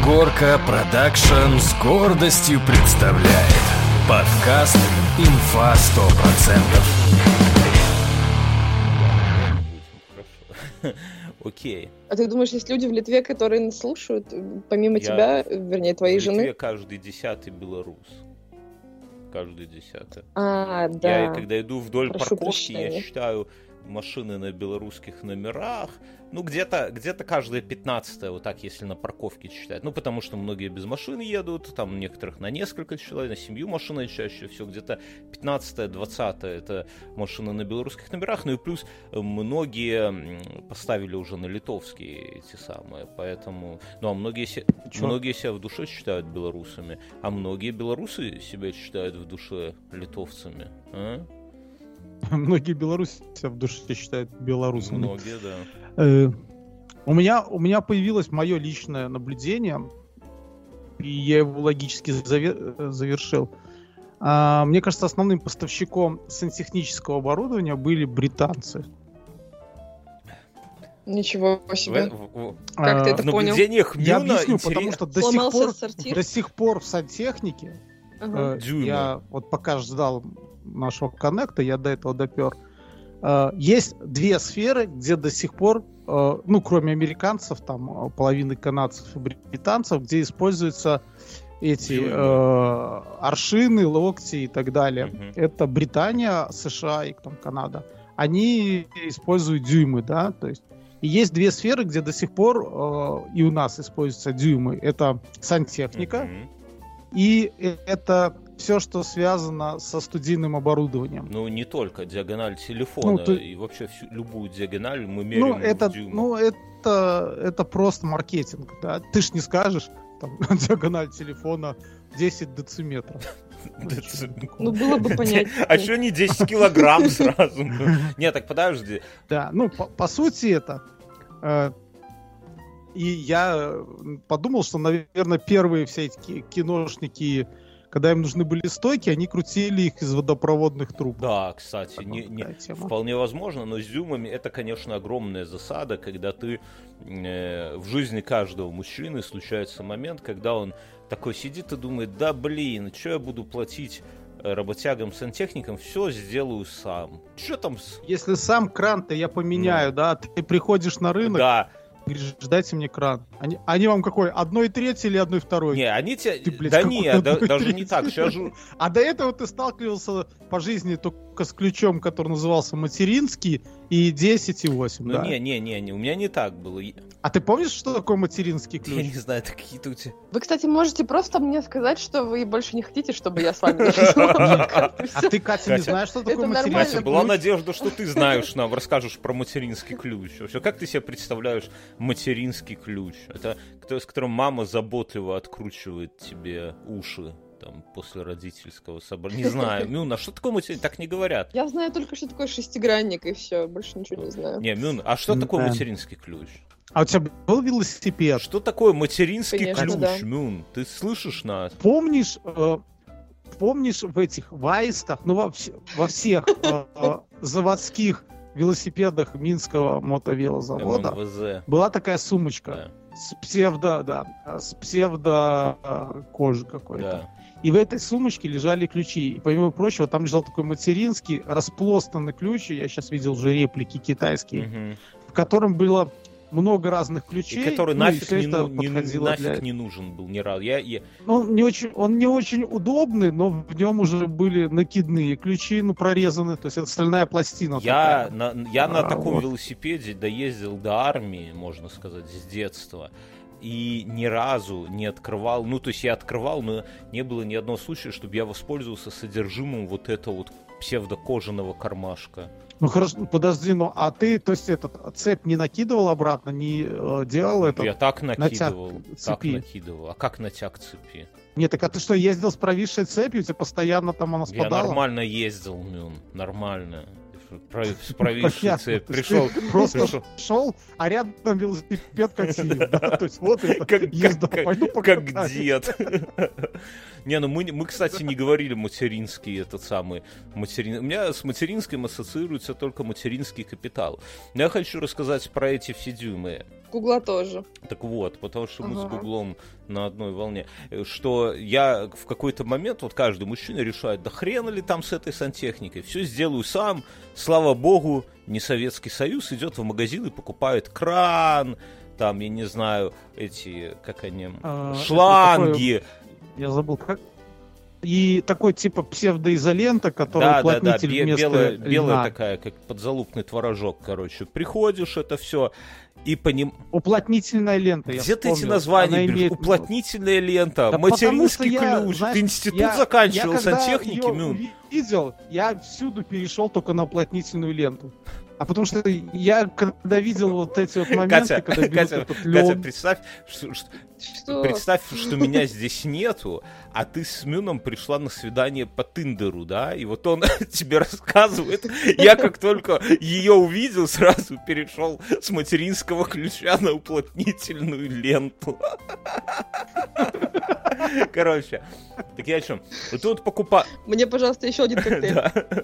Горка Продакшн с гордостью представляет подкаст «Инфа 100%». Окей. А ты думаешь, есть люди в Литве, которые нас слушают, помимо тебя, вернее, твоей жены? В Литве каждый 10-й белорус. Каждый 10-й. А, да. Я, когда иду вдоль Прошу парковки, прощения. я считаю машины на белорусских номерах. Ну, где-то каждая 15-я, вот так, если на парковке считать. Ну, потому что многие без машин едут, там некоторых на несколько человек, на семью машины чаще всего. Где-то 15-я, 20-я это машины на белорусских номерах. Ну и плюс многие поставили уже на литовские эти самые. Поэтому, ну, а многие себя в душе считают белорусами, а многие белорусы себя считают в душе литовцами. А? Многие белорусы себя в душе считают белорусами. Многие, да. У меня появилось мое личное наблюдение, и я его логически завершил. Мне кажется, основным поставщиком сантехнического оборудования были британцы. Ничего себе. Как ты это в понял? наблюдениях Я Мюна объясню, потому что Сломался сортир? до сих пор в сантехнике, Ага. я вот пока ждал нашего коннекта, я до этого допер. Есть две сферы, где до сих пор, ну, кроме американцев, там, половины канадцев и британцев, где используются эти аршины, локти и так далее. Мгм. Это Британия, США и там, Канада. Они используют дюймы, да, то есть. И есть две сферы, где до сих пор и у нас используются дюймы. Это сантехника, Мгм. и это все, что связано со студийным оборудованием. Ну, не только диагональ телефона, Ну, и вообще любую диагональ мы меряем Ну, это, в дюймах. ну, это просто маркетинг, да. Ты ж не скажешь, там, диагональ телефона 10 дециметров. Ну, было бы понятно. А что не 10 килограмм сразу? Нет, так подожди. Да, ну, по сути это. И я подумал, что, наверное, первые все эти киношники, когда им нужны были стойки, они крутили их из водопроводных труб. Да, кстати, Такая тема. вполне возможно, но с дюймами это, конечно, огромная засада, когда ты в жизни каждого мужчины случается момент, когда он такой сидит и думает: да блин, что я буду платить работягам-сантехникам, все сделаю сам. Что там? Если сам кран-то я поменяю, да, ты приходишь на рынок, Да. говоришь: дайте мне кран. Они вам какой? 1,3 или 1,2? Не, они тебе... Ты, блядь, да какой не, одной даже не трети? так. Сейчас же... А до этого ты сталкивался по жизни только с ключом, который назывался материнский, и 10, и 8, Ну да? не, у меня не так было. А ты помнишь, что такое материнский Я ключ? не знаю, это какие-то у тебя... Вы, кстати, можете просто мне сказать, что вы больше не хотите, чтобы я с вами дружила. А ты, Катя, не знаешь, что такое Это материнский нормально. Катя, была ключ? надежда, что ты знаешь нам, расскажешь про материнский ключ. Вообще, как ты себе представляешь материнский ключ? Это с которым мама заботливо откручивает тебе уши там, после родительского собрания. Не знаю. Мюн, а что такое материнский? Так не говорят. Я знаю только, что такое шестигранник, и все, больше ничего не знаю. Не, Мюн, а что такое Да. материнский ключ? А у тебя был велосипед? Что такое материнский Конечно, ключ, да. Мюн? Ты слышишь нас? Помнишь в этих ваистах, ну во всех заводских велосипедах Минского мотовелозавода МВЗ. была такая сумочка Да, с псевдо кожи какой-то. да. И в этой сумочке лежали ключи. И помимо прочего, там лежал такой материнский расплостанный ключ. Я сейчас видел уже реплики китайские, Мгм. в котором было много разных И ключей. который ну, нафиг, всё это подходило нафиг для- не нужен был ни разу. Ну, он не очень удобный, но в нем уже были накидные ключи, ну, прорезаны. То есть это стальная пластина. Я такая. на таком вот. велосипеде доездил до армии, можно сказать, с детства. И ни разу не открывал, ну, то есть я открывал, но не было ни одного случая, чтобы я воспользовался содержимым вот этого вот псевдокожаного кармашка. Ну, хорошо, подожди, ну, а ты, то есть, цепь не накидывал обратно, не делал это? Я так накидывал, натяг так цепи. накидывал. А как натяг цепи? Нет, так а ты что, ездил с провисшей цепью, у тебя постоянно там она Я спадала? нормально ездил, Мюн, нормально. С провисшей Понятно, цепь. то есть Пришел, ты просто шел, а рядом велосипед катил, да? То есть вот это Как езда, пойду как покатаюсь. дед. Не, ну мы, кстати, не говорили материнский этот самый материн. У меня с материнским ассоциируется только материнский капитал. Но я хочу рассказать про эти все дюймы. Гугла тоже. Так вот, потому что мы с Ага. Гуглом на одной волне, что я в какой-то момент, вот каждый мужчина решает, да хрена ли там с этой сантехникой, все сделаю сам, слава богу, не Советский Союз, идет в магазин и покупает кран, там, я не знаю, эти, как они, шланги. Я забыл, как... И такой типа псевдоизолента, который уплотнитель вместо белая такая, как подзалупный творожок, короче. Приходишь, это все, и Уплотнительная лента, я где ты эти названия берешь? Уплотнительная лента, да материнский ключ. Знаешь, ты институт заканчивал сантехники? Видел, я всюду перешел только на уплотнительную ленту. А потому что я, когда видел вот эти вот моменты, когда берут этот лёд... Катя, представь, что меня здесь нету, а ты с Мюном пришла на свидание по Тиндеру, да, и вот он тебе рассказывает. Я как только ее увидел, сразу перешел с материнского ключа на уплотнительную ленту. Короче, так я о чем? Вот тут покупаю... Мне, пожалуйста, еще один коктейль.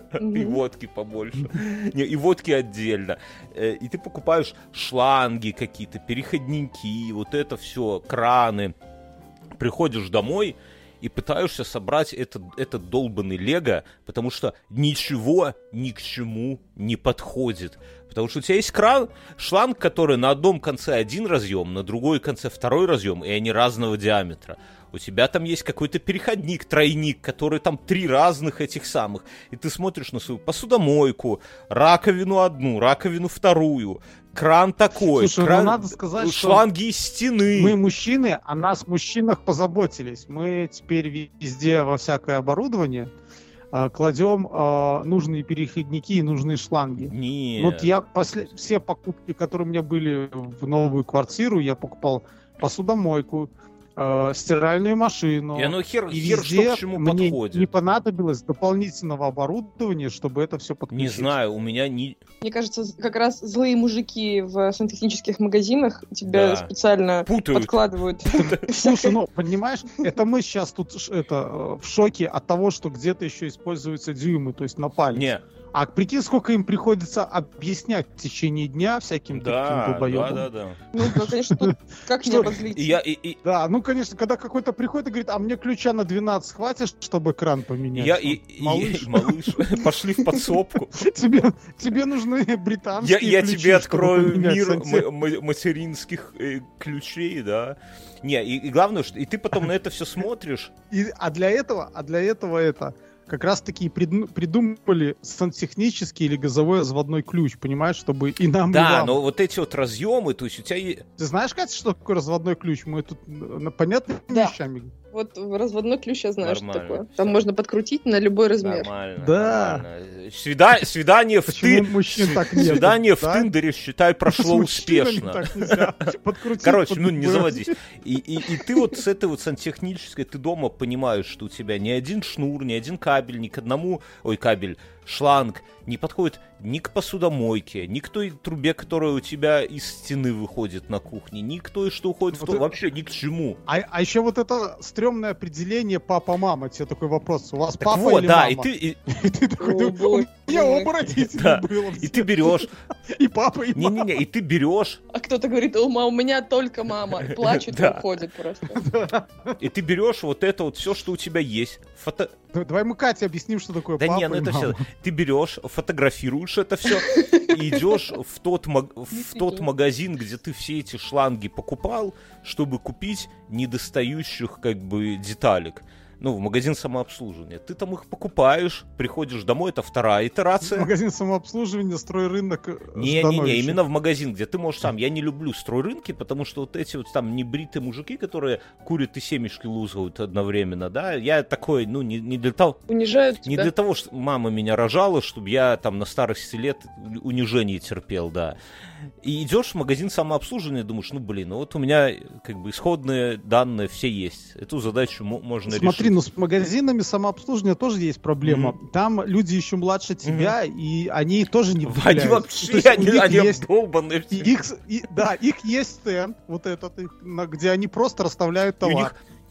И водки побольше. И водки отдельно. И ты покупаешь шланги какие-то, переходники, вот это все, краны. Приходишь домой и пытаешься собрать этот долбанный лего, потому что ничего ни к чему не подходит. Потому что у тебя есть кран, шланг, который на одном конце один разъем, на другой конце второй разъем, и они разного диаметра. У тебя там есть какой-то переходник, тройник, который там 3 разных этих самых. И ты смотришь на свою посудомойку, раковину одну, раковину вторую, кран такой, слушай, кран... надо сказать, шланги из стены. Мы мужчины, о нас мужчинах позаботились. Мы теперь везде во всякое оборудование кладем нужные переходники и нужные шланги. Нет. Вот я все покупки, которые у меня были в новую квартиру, я покупал посудомойку, стиральную машину. И оно хер везде что к чему мне подходит. не понадобилось дополнительного оборудования, чтобы это все подключить. Не знаю, у меня не... Мне кажется, как раз злые мужики в сантехнических магазинах тебя специально путают. подкладывают. Слушай, ну, понимаешь, это мы сейчас тут в шоке от того, что где-то еще используются дюймы, то есть на палец. Не. А прикинь, сколько им приходится объяснять в течение дня всяким таким долбоебам. Да. Ну, конечно, тут как не обозлить. Да, ну, конечно, когда какой-то приходит и говорит, а мне ключа на 12 хватит, чтобы кран поменять. Малыш, пошли в подсобку. Тебе нужны британские ключи. Я тебе открою мир материнских ключей, да. Не, и главное, что и ты потом на это все смотришь. А для этого это... Как раз таки придумали сантехнический или газовой разводной ключ, понимаешь, чтобы и нам, и вам. Да, но вот эти вот разъемы, то есть у тебя... Ты знаешь, Катя, что такое разводной ключ? Мы тут понятными вещами. Вот разводной ключ я знаю, нормально. Что такое. Там можно подкрутить на любой размер. Нормально. Да. Нормально. Свидание в Свидание в Тиндере, считай, прошло успешно. Короче, ну не заводись. И ты вот с этой вот сантехнической, ты дома понимаешь, что у тебя ни один шнур, ни один кабель, ни к одному... шланг не подходит ни к посудомойке, ни к той трубе, которая у тебя из стены выходит на кухне, ни к той, что уходит вообще ни к чему. А еще вот это стрёмное определение папа-мама. Тебе такой вопрос. У вас так папа вот, или да, мама? И ты такой, я оба родителей было. И ты берешь... И папа, и мама. Не-не-не, и ты берешь... А кто-то говорит, у меня только мама. И плачет и уходит просто. И ты берешь вот это вот все, что у тебя есть. Давай мы Кате объясним, что такое папа и это мама. все. Ты берешь, фотографируешь это все и идешь в тот магазин, где ты все эти шланги покупал, чтобы купить недостающих как бы деталек. Ну, в магазин самообслуживания. Ты там их покупаешь, приходишь домой, это вторая итерация. Магазин самообслуживания, стройрынок. Не, именно в магазин, где ты можешь сам. Я не люблю стройрынки, потому что вот эти вот там небритые мужики, которые курят и семечки лузгают одновременно, да, я такой, ну, не для того... Унижают тебя. Не для того, что мама меня рожала, чтобы я там на старости лет унижение терпел, да. И идешь в магазин самообслуживания, думаешь, ну, блин, ну вот у меня как бы исходные данные все есть. Эту задачу можно решить. Смотри, ну с магазинами самообслуживания тоже есть проблема. Там люди еще младше тебя, и они тоже не выделяют. Они вообще, они обдолбанные. Их есть стенд, вот этот, где они просто расставляют товар.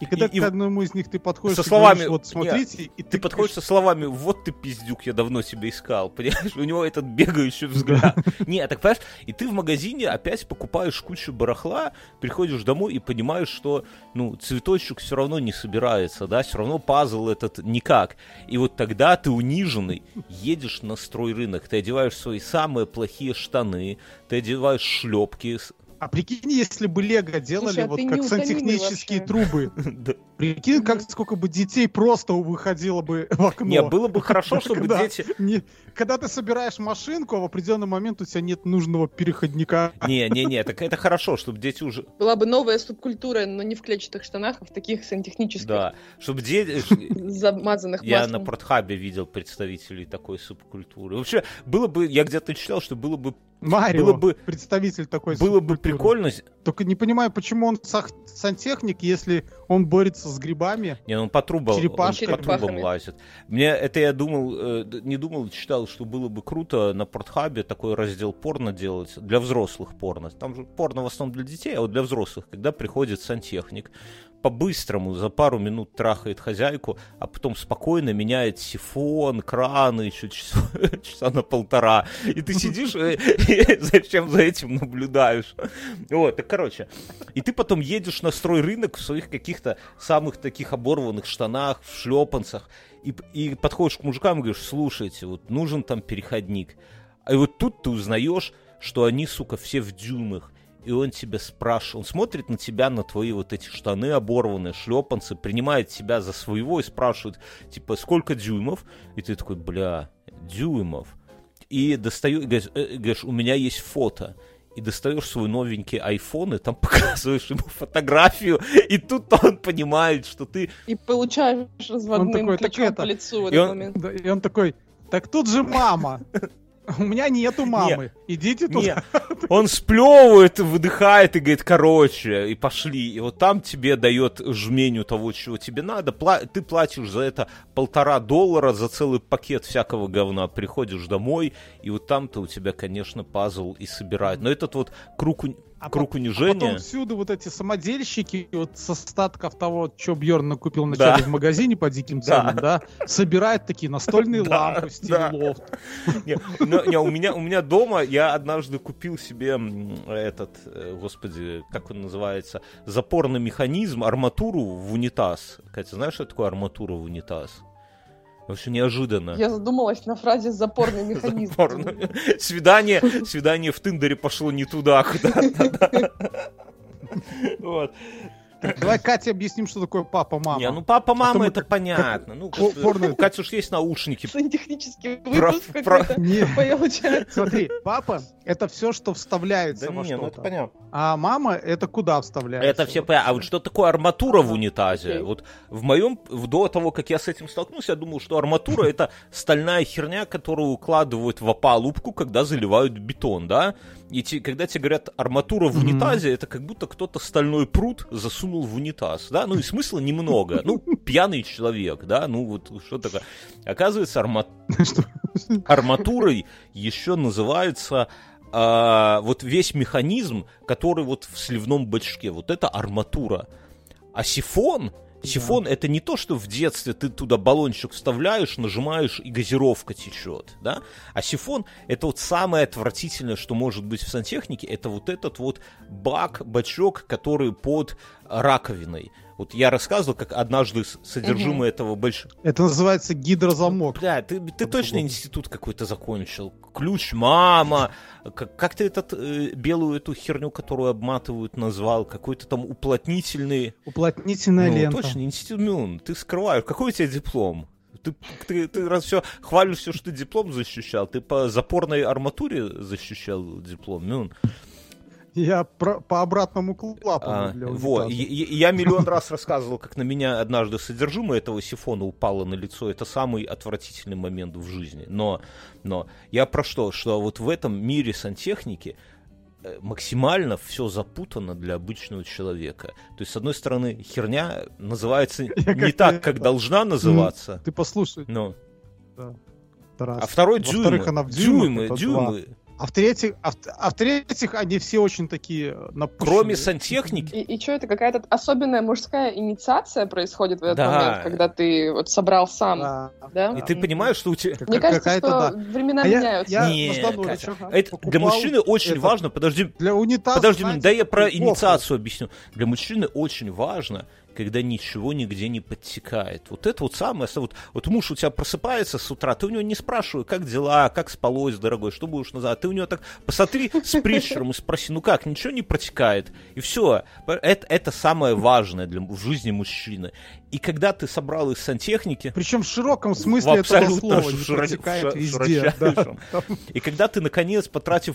И когда к одному из них ты подходишь со словами, говоришь, вот смотрите, и ты подходишь со словами: вот ты пиздюк, я давно тебя искал, понимаешь? У него этот бегающий взгляд. Не, так понимаешь, и ты в магазине опять покупаешь кучу барахла, приходишь домой и понимаешь, что, ну, цветочек все равно не собирается, да, все равно пазл этот никак. И вот тогда ты униженный, едешь на стройрынок, ты одеваешь свои самые плохие штаны, ты одеваешь шлепки. А прикинь, если бы Лего делали, слушай, вот как сантехнические трубы. Прикинь, сколько бы детей просто выходило бы в окно. Не, было бы хорошо, чтобы дети... Когда ты собираешь машинку, а в определенный момент у тебя нет нужного переходника. Не, так это хорошо, чтобы дети уже... Была бы новая субкультура, но не в клетчатых штанах, а в таких сантехнических. Да, чтобы дети... Замазанных Я маслом. на Портхабе видел представителей такой субкультуры. Вообще, было бы... Я где-то читал, что было бы... Марио, представитель такой было бы прикольно. Только не понимаю, почему он сантехник, если он борется с грибами. Не, он по трубам черепахами лазит. Мне это я думал, не думал, читал, что было бы круто на Портхабе такой раздел порно делать, для взрослых порно. Там же порно в основном для детей, а вот для взрослых, когда приходит сантехник, по-быстрому за пару минут трахает хозяйку, а потом спокойно меняет сифон, краны еще часа на полтора. И ты сидишь и зачем за этим наблюдаешь? Вот, так, короче. И ты потом едешь на стройрынок в своих каких-то самых таких оборванных штанах, в шлепанцах, и подходишь к мужикам и говоришь: слушайте, вот нужен там переходник. А вот тут ты узнаешь, что они, сука, все в дюймах. И он тебя спрашивает, он смотрит на тебя, на твои вот эти штаны оборванные, шлепанцы, принимает тебя за своего и спрашивает, типа, сколько дюймов? И ты такой: бля, дюймов. И говоришь: у меня есть фото. И достаешь свой новенький iPhone, и там показываешь ему фотографию, и тут он понимает, что ты... И получаешь разводным ключом по лицу в этот момент. И он такой: так тут же мама. У меня нету мамы. Идите туда. Он сплевывает, выдыхает и говорит: короче, и пошли. И вот там тебе дает жменю того, чего тебе надо. Ты платишь за это $1,5 за целый пакет всякого говна. Приходишь домой, и вот там-то у тебя, конечно, пазл и собирает. Но этот вот круг унижения. А потом всюду вот эти самодельщики вот с остатков того, что Бьерн накупил вначале в магазине по диким ценам, да, собирают такие настольные лампы в стиле лофт. У меня дома я однажды купил себе этот, господи, как он называется, запорный механизм, арматуру в унитаз. Катя, знаешь, что такое арматура в унитаз? Вообще неожиданно. Я задумалась на фразе «запорный механизм». Свидание в Тиндере пошло не туда, куда. Вот. Давай Кате объясним, что такое папа-мама. Не, ну папа-мама это понятно. Ну, у Кати уж есть наушники. Сантехнический выпуск какой-то получается. Смотри, папа — это все, что вставляется во что-то. Ну это понятно. А мама — это куда вставляется? Это все понятно. А вот что такое арматура в унитазе? Вот до того, как я с этим столкнулся, я думал, что арматура — это стальная херня, которую укладывают в опалубку, когда заливают бетон, да? И когда тебе говорят арматура в унитазе, это как будто кто-то стальной пруд засунул в унитаз, да? Ну и смысла немного. Ну, пьяный человек, да? Ну вот что такое. Оказывается, арматурой еще называется вот весь механизм, который вот в сливном бачке. Вот это арматура. А сифон это не то, что в детстве ты туда баллончик вставляешь, нажимаешь, и газировка течет, да? А сифон — это вот самое отвратительное, что может быть в сантехнике, это вот этот вот бачок, который под раковиной. Вот я рассказывал, как однажды содержимое этого большого... Это называется гидрозамок. Бля, ты точно институт какой-то закончил. Ключ, мама. Как ты белую эту херню, которую обматывают, назвал? Какой-то там уплотнительный... Уплотнительная лента. Точно, институт. Ты скрываешь. Какой у тебя диплом? Ты раз все хвалишь все, что ты диплом защищал. Ты по запорной арматуре защищал диплом, Я по обратному клапану для унитаза. Вот. Я миллион раз рассказывал, как на меня однажды содержимое этого сифона упало на лицо. Это самый отвратительный момент в жизни. Но я про что? Что вот в этом мире сантехники максимально все запутано для обычного человека. То есть, с одной стороны, херня называется не так, как должна называться. Ты послушай. А второй дюймы. А в-третьих, они все очень такие напыщенные. Кроме сантехники. И что, это какая-то особенная мужская инициация происходит в этот момент, когда ты вот собрал сам, да? И ты понимаешь, что у тебя... Мне кажется, что времена меняются. Для мужчины очень важно... Подожди, для унитаза, подожди, дай я про инициацию объясню. Для мужчины очень важно, когда ничего нигде не подтекает. Вот это вот самое... Вот муж у тебя просыпается с утра, ты у него не спрашивай, как дела, как спалось, дорогой, что будешь назад. Ты у него так посмотри с прищуром и спроси, ну как, ничего не протекает? И все. Это самое важное в жизни мужчины. И когда ты собрал из сантехники... Причем в широком смысле этого слова не протекает везде. И когда ты, наконец, потратив...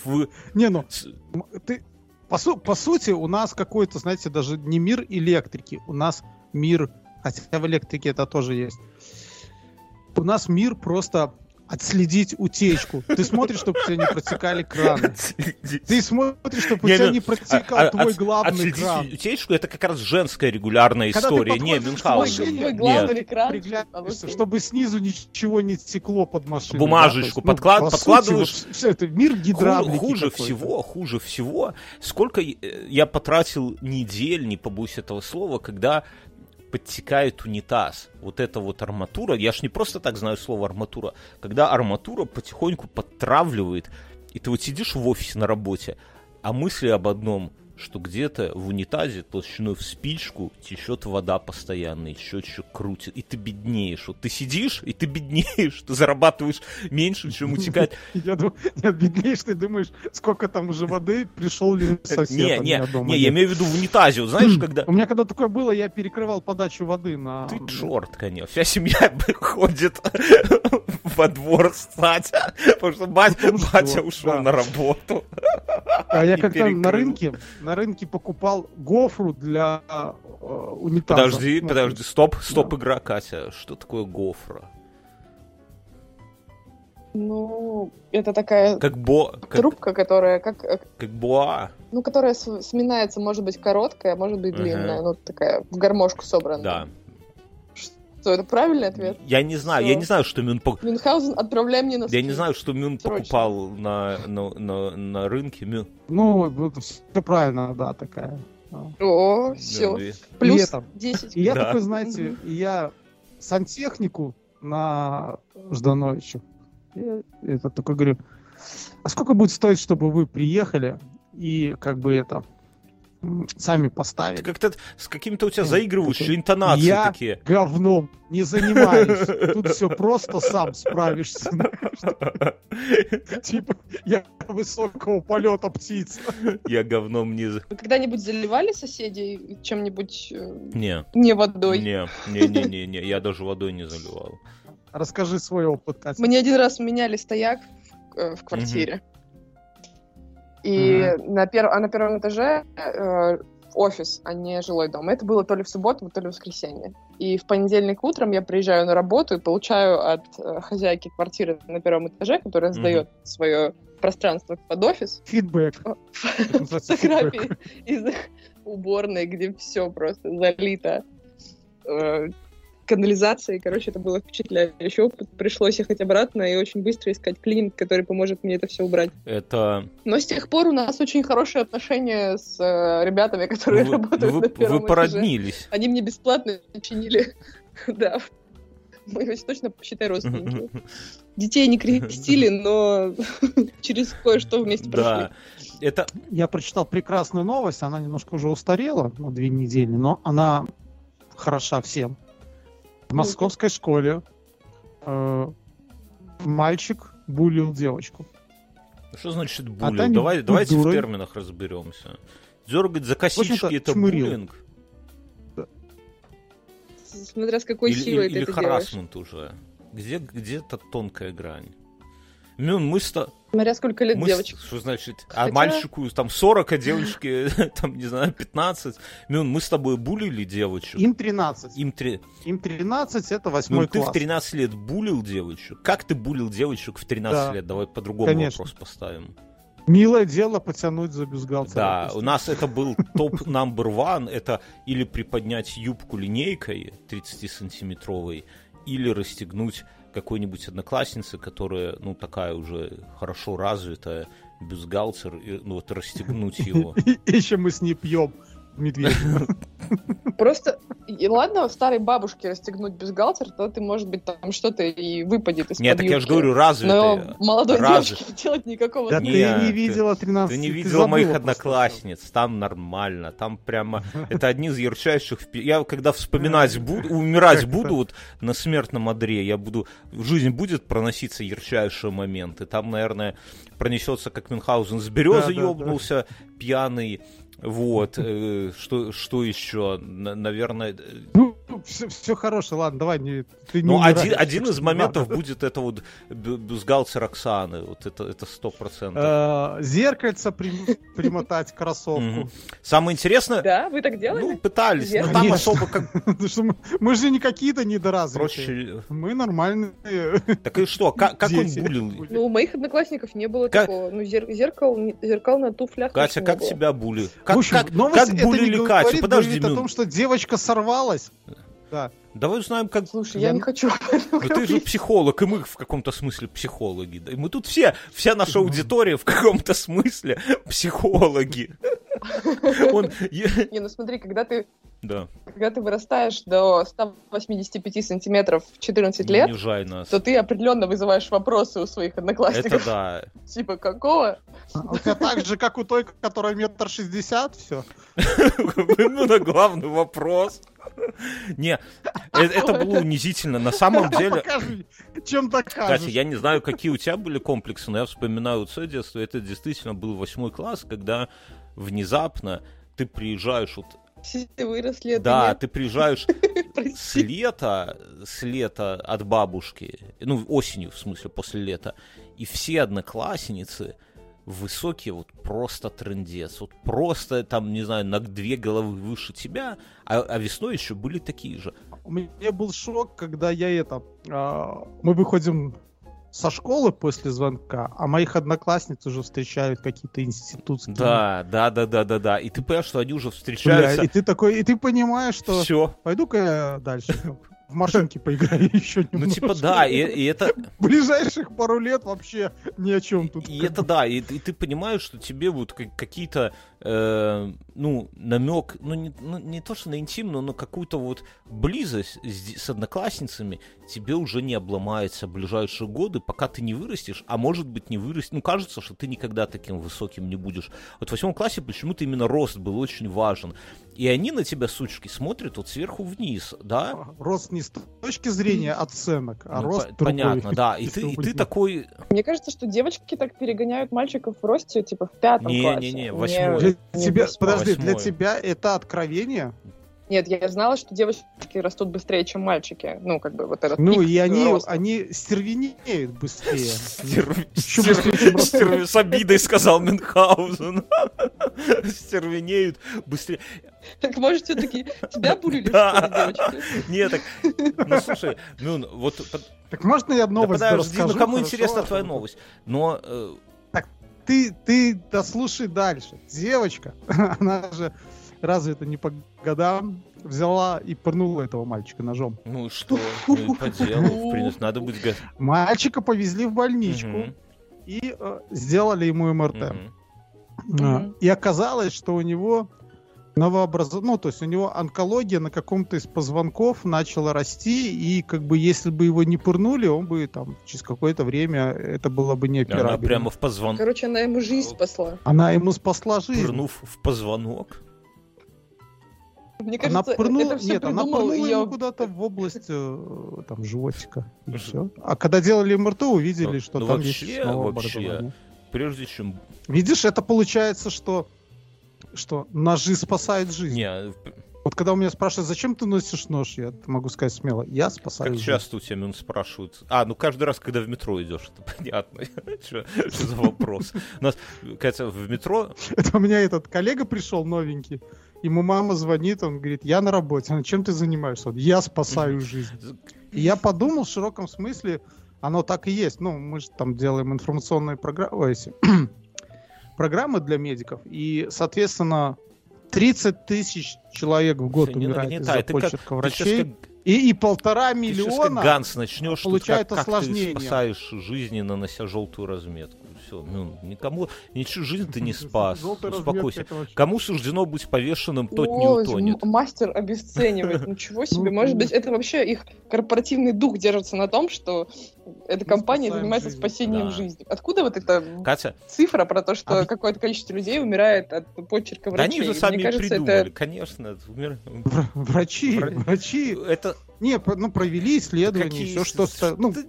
По сути, у нас какой-то, знаете, даже не мир электрики, у нас мир, хотя в электрике это тоже есть, у нас мир просто отследить утечку. Ты смотришь, чтобы у тебя не протекали краны. Ты смотришь, чтобы у тебя не протекал твой главный кран. Утечку — это как раз женская регулярная история. Не, Мюнхгаузен. Твой главный кран. Чтобы снизу ничего не текло под машиной. Бумажечку подкладываешь. Все это мир гидравлики. Хуже всего. Сколько я потратил недель, не побоюсь этого слова, когда подтекает унитаз. Вот эта вот арматура, я ж не просто так знаю слово арматура, когда арматура потихоньку подтравливает, и ты вот сидишь в офисе на работе, а мысли об одном, что где-то в унитазе толщиной в спичку течет вода постоянно, и счетчик крутит, и ты беднеешь. Вот ты сидишь, и ты беднеешь, ты зарабатываешь меньше, чем утекает. Нет, беднеешь, ты думаешь, сколько там уже воды, пришел ли сосед. Не, я имею в виду в унитазе, вот знаешь, когда... У меня когда такое было, я перекрывал подачу воды на... Ты черт, конечно. Вся семья ходит во двор ссать, потому что батя ушел на работу. А я как-то на рынке покупал гофру для унитаза. Подожди, стоп, игра, Катя. Что такое гофра? Ну, это такая трубка, которая как боа. Ну, которая сминается, может быть, короткая, может быть, длинная. Ну, такая в гармошку собранная. Да. Что, это правильный ответ? Я не знаю, что Мюнхгаузен, отправляй мне носки. Я не знаю, что Мюн покупал на рынке. Ну, все правильно, да, такая. О, все. Плюс 10. И я такой, знаете, я сантехнику на Ждановичу. Я такой говорю, а сколько будет стоить, чтобы вы приехали и как бы это... сами поставили. Ты как-то с какими-то у тебя заигрывающие интонации такие. Я говном не занимаюсь. Тут все просто сам справишься. Типа, я высокого полета птица. Я говном не... Вы когда-нибудь заливали соседей чем-нибудь не водой? Не, я даже водой не заливал. Расскажи свой опыт, Катя. Мне один раз меняли стояк в квартире. И на первом этаже офис, а не жилой дом. Это было то ли в субботу, то ли в воскресенье. И в понедельник утром я приезжаю на работу и получаю от хозяйки квартиры на первом этаже, которая сдает свое пространство под офис, фидбэк. Фотографии из их уборной, где все просто залито канализацией. Короче, это было впечатляющий опыт. Пришлось ехать обратно и очень быстро искать клининг, который поможет мне это все убрать. Но с тех пор у нас очень хорошие отношения с ребятами, которые работают на первом этаже. Вы породнились. Они мне бесплатно чинили. Да. Мы точно, посчитай, родственники. Детей не крестили, но через кое-что вместе прошли. Я прочитал прекрасную новость, она немножко уже устарела, 2 недели, но она хороша всем. В московской школе мальчик булил девочку. Что значит булил? Давайте в терминах разберемся. Дергать за косички — это буллинг? Смотря с какой силой ты это делаешь. Или харассмент уже. Где-то тонкая грань. Мы Смотря сколько лет девочек. Что значит? А мальчику там 40, а девочке там, не знаю, 15. Мы с тобой булили девочек. Им 13. Им 13, это 8 класс. Ты в 13 лет булил девочек? Как ты булил девочек в 13 лет? Давай по-другому вопрос поставим. Милое дело потянуть за бюстгальтер. Да, у нас это был топ number one. Это или приподнять юбку линейкой 30-сантиметровой, или расстегнуть какой-нибудь одноклассницы, которая, такая уже хорошо развитая, бюстгальтер и ну, вот расстегнуть его. И еще мы с ней пьем медведя. Просто, и ладно, старой бабушке расстегнуть бюстгальтер, то ты, может быть, там что-то и выпадет из-под Нет, так я же юбки. говорю, развитые. Но молодой Разве- девочке делать никакого Да смысла. ты Нет, не видела 13. Ты не ты видела моих забыла просто. одноклассниц, там нормально, там прямо, это одни из ярчайших, я когда вспоминать буду, умирать Как буду это? вот на смертном одре, я буду, в жизнь будет проноситься ярчайшие моменты, там, наверное, пронесется, как Мюнхгаузен с березы Да. ёбнулся, пьяный, вот, что еще, наверное... Ну, все хорошее, ладно, давай, ты не Ну, умирай. один из моментов будет это вот бюстгальтер Оксаны, вот это 100%. Зеркальце примотать к кроссовку. Мгм. Самое интересное, Да, вы так делали? ну, пытались, но там Конечно. особо как Потому что мы же не какие-то недоразвитые. проще. Мы нормальные. Так и что, как он Дети. булил? Ну, у моих одноклассников не было Как- такого. Ну, зеркал на туфлях Катя, точно как не было. тебя булили? В общем, новость как это не булили говорит, Катю? Подожди говорит о минуту. том, что девочка сорвалась. Да. Давай узнаем, как... Слушай, Я я не- не хочу. Ну, ты же психолог, и мы в каком-то смысле психологи. Да? И мы тут вся наша аудитория в каком-то смысле психологи. Он... Не, ну смотри, когда ты Да, вырастаешь до 185 сантиметров в 14 не лет, унижай нас. то ты определенно вызываешь вопросы у своих Это одноклассников. да. Типа, какого? А у тебя так же, как у той, которая 1,60 м, все. Ну, на главный вопрос. Не, это было унизительно. На самом деле... Покажи, чем докажешь. Катя, я не знаю, какие у тебя были комплексы, но я вспоминаю вот свое детство. Это действительно был 8 класс, когда внезапно ты приезжаешь... Вот, Все выросли, а ты да, нет. ты приезжаешь с Прости. лета от бабушки, ну, осенью, в смысле, после лета, и все одноклассницы высокие, вот просто трындец, вот просто там, не знаю, на 2 головы выше тебя, а весной еще были такие же. У меня был шок, когда мы выходим со школы после звонка, а моих одноклассниц уже встречают какие-то институтские. Да, и ты понимаешь, что они уже Бля, встречаются. и ты такой, и ты понимаешь, что Все. пойду-ка я дальше в машинке поиграю еще Ну, немножко. типа, да, и это, Ближайших пару лет вообще ни о чем тут. и это да, и ты понимаешь, что тебе вот какие-то, ну, намек, ну не то, что на интимную, но какую-то вот близость с одноклассницами тебе уже не обломается в ближайшие годы, пока ты не вырастешь, а может быть не вырастешь, ну, кажется, что ты никогда таким высоким не будешь. Вот в 8 классе почему-то именно рост был очень важен. И они на тебя, сучки, смотрят вот сверху вниз, да? Рост не с точки зрения оценок, а Ну, рост другой. понятно, да. И Если ты, вы и ты понимаете. такой... Мне кажется, что девочки так перегоняют мальчиков в росте, типа, в 5 классе. Не-не-не, Мне- 8-й. Для не тебя, 8-й. подожди, для 8-й. тебя это откровение? Нет, я знала, что девочки растут быстрее, чем мальчики. Ну, как бы, вот этот Ну пик и они роста. стервенеют быстрее. С обидой сказал Мюнхгаузен. Стервенеют быстрее. Так, может, все-таки тебя булили, Да. что ли, девочки? Нет, так, ну слушай, Мюн, вот, Так можно я да новость подожди, расскажу? ну кому Хорошо? интересна твоя новость? Но, Ты дослушай дальше. Девочка, она же разве это не по годам взяла и пырнула этого мальчика ножом. ну и что, ну и по делу, в принципе, надо быть... Мальчика повезли в больничку Мгм. и сделали ему МРТ. Мгм. Мгм. И оказалось, что у него ну, то есть у него онкология на каком-то из позвонков начала расти, и как бы если бы его не пырнули, он бы там через какое-то время это было бы не Она операбельно. прямо в позвонок, Короче, она ему жизнь спасла. Она ему спасла жизнь. пырнув в позвонок. Мне Она кажется, пырнула, это все нет, она придумал пырнула ее... ему куда-то в область там животика и все. А когда делали МРТ, увидели, Ну, что ну, там вообще, есть снова вообще. образование. Прежде чем... Видишь, это получается, что ножи спасают жизнь. Не, Вот когда у меня спрашивают, зачем ты носишь нож, я могу сказать смело, я спасаю как жизнь. часто у тебя, Мюн, спрашивают? Ну каждый раз, когда в метро идешь, это понятно. Что за вопрос? У нас, Катя, в метро... Это у меня этот коллега пришел новенький, ему мама звонит, он говорит, я на работе. Она, чем ты занимаешься? Он, я спасаю жизнь. И я подумал в широком смысле, оно так и есть. Ну, мы же там делаем информационные программы для медиков, и, соответственно, 30 тысяч человек в год Всё, не умирает нагнетай. из-за Ты как- почерка ты врачей. щас И 1,5 Ты сейчас как миллиона Ганс начнешь, получают как ты осложнения. спасаешь жизни, нанося желтую разметку. все, ну, никому, ничью жизнь ты не спас, Желтая успокойся. разметка, это вообще- Кому суждено быть повешенным, тот не Ой, утонет. мастер обесценивает. Ничего себе. Ну, Может быть, конечно. это вообще их корпоративный дух держится на том, что эта Мы компания спасаем занимается жизнь. спасением Да. жизни. Откуда вот эта Катя, цифра про то, что А- какое-то количество людей умирает от почерка да врачей? они же сами Мне и кажется, придумали, это... конечно. Врачи, Вра- врачи, Это ну, провели исследования, какие... все, что... Ну, Ты-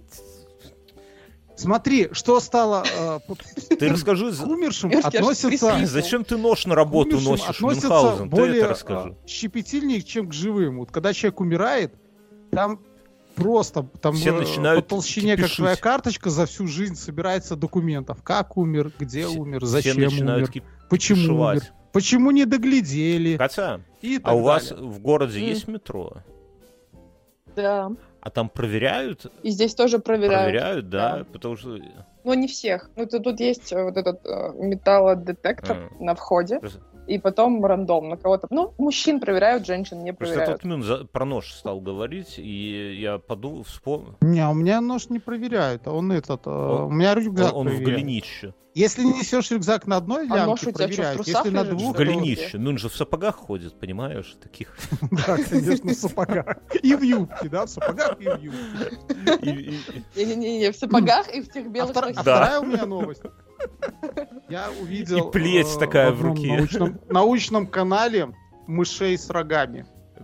смотри, что стало... Ты расскажи, К умершим Девушки, аж относятся... присвистнули. зачем ты нож на работу умершим носишь, относятся Мюнхгаузен? Ты более это расскажи. щепетильнее, чем к живым. Вот когда человек умирает, там просто там Все начинают по толщине, как кипишить. твоя карточка, за всю жизнь собирается документов. Как умер, где умер, Все зачем начинают умер, почему кипишевать. умер, почему не доглядели. Катя, И а так у вас далее. в городе М. есть метро? Да. А там проверяют? И здесь тоже проверяют. Да, Да. потому что... Но не всех. Ну, тут есть вот этот металлодетектор на входе. Просто И потом рандом на кого-то. Ну, мужчин проверяют, женщин не проверяют. тут Мюн про нож стал говорить, и я подумал, вспомнил. Не, у меня нож не проверяют, а он этот... у меня рюкзак Он в проверяют. голенище. Если несешь рюкзак на одной А нож лямке, у тебя что, в проверяют. трусах Если на лежит, В двух, что ли? то... голенище. Ну, он же в сапогах ходит, понимаешь? Таких. Да, конечно, в сапогах. И в юбке, да, в сапогах и в юбке. Не-не-не, в сапогах и в тех белых А штанах. вторая у меня новость. Я увидел И плеть такая в одном руке. научном канале мышей с рогами.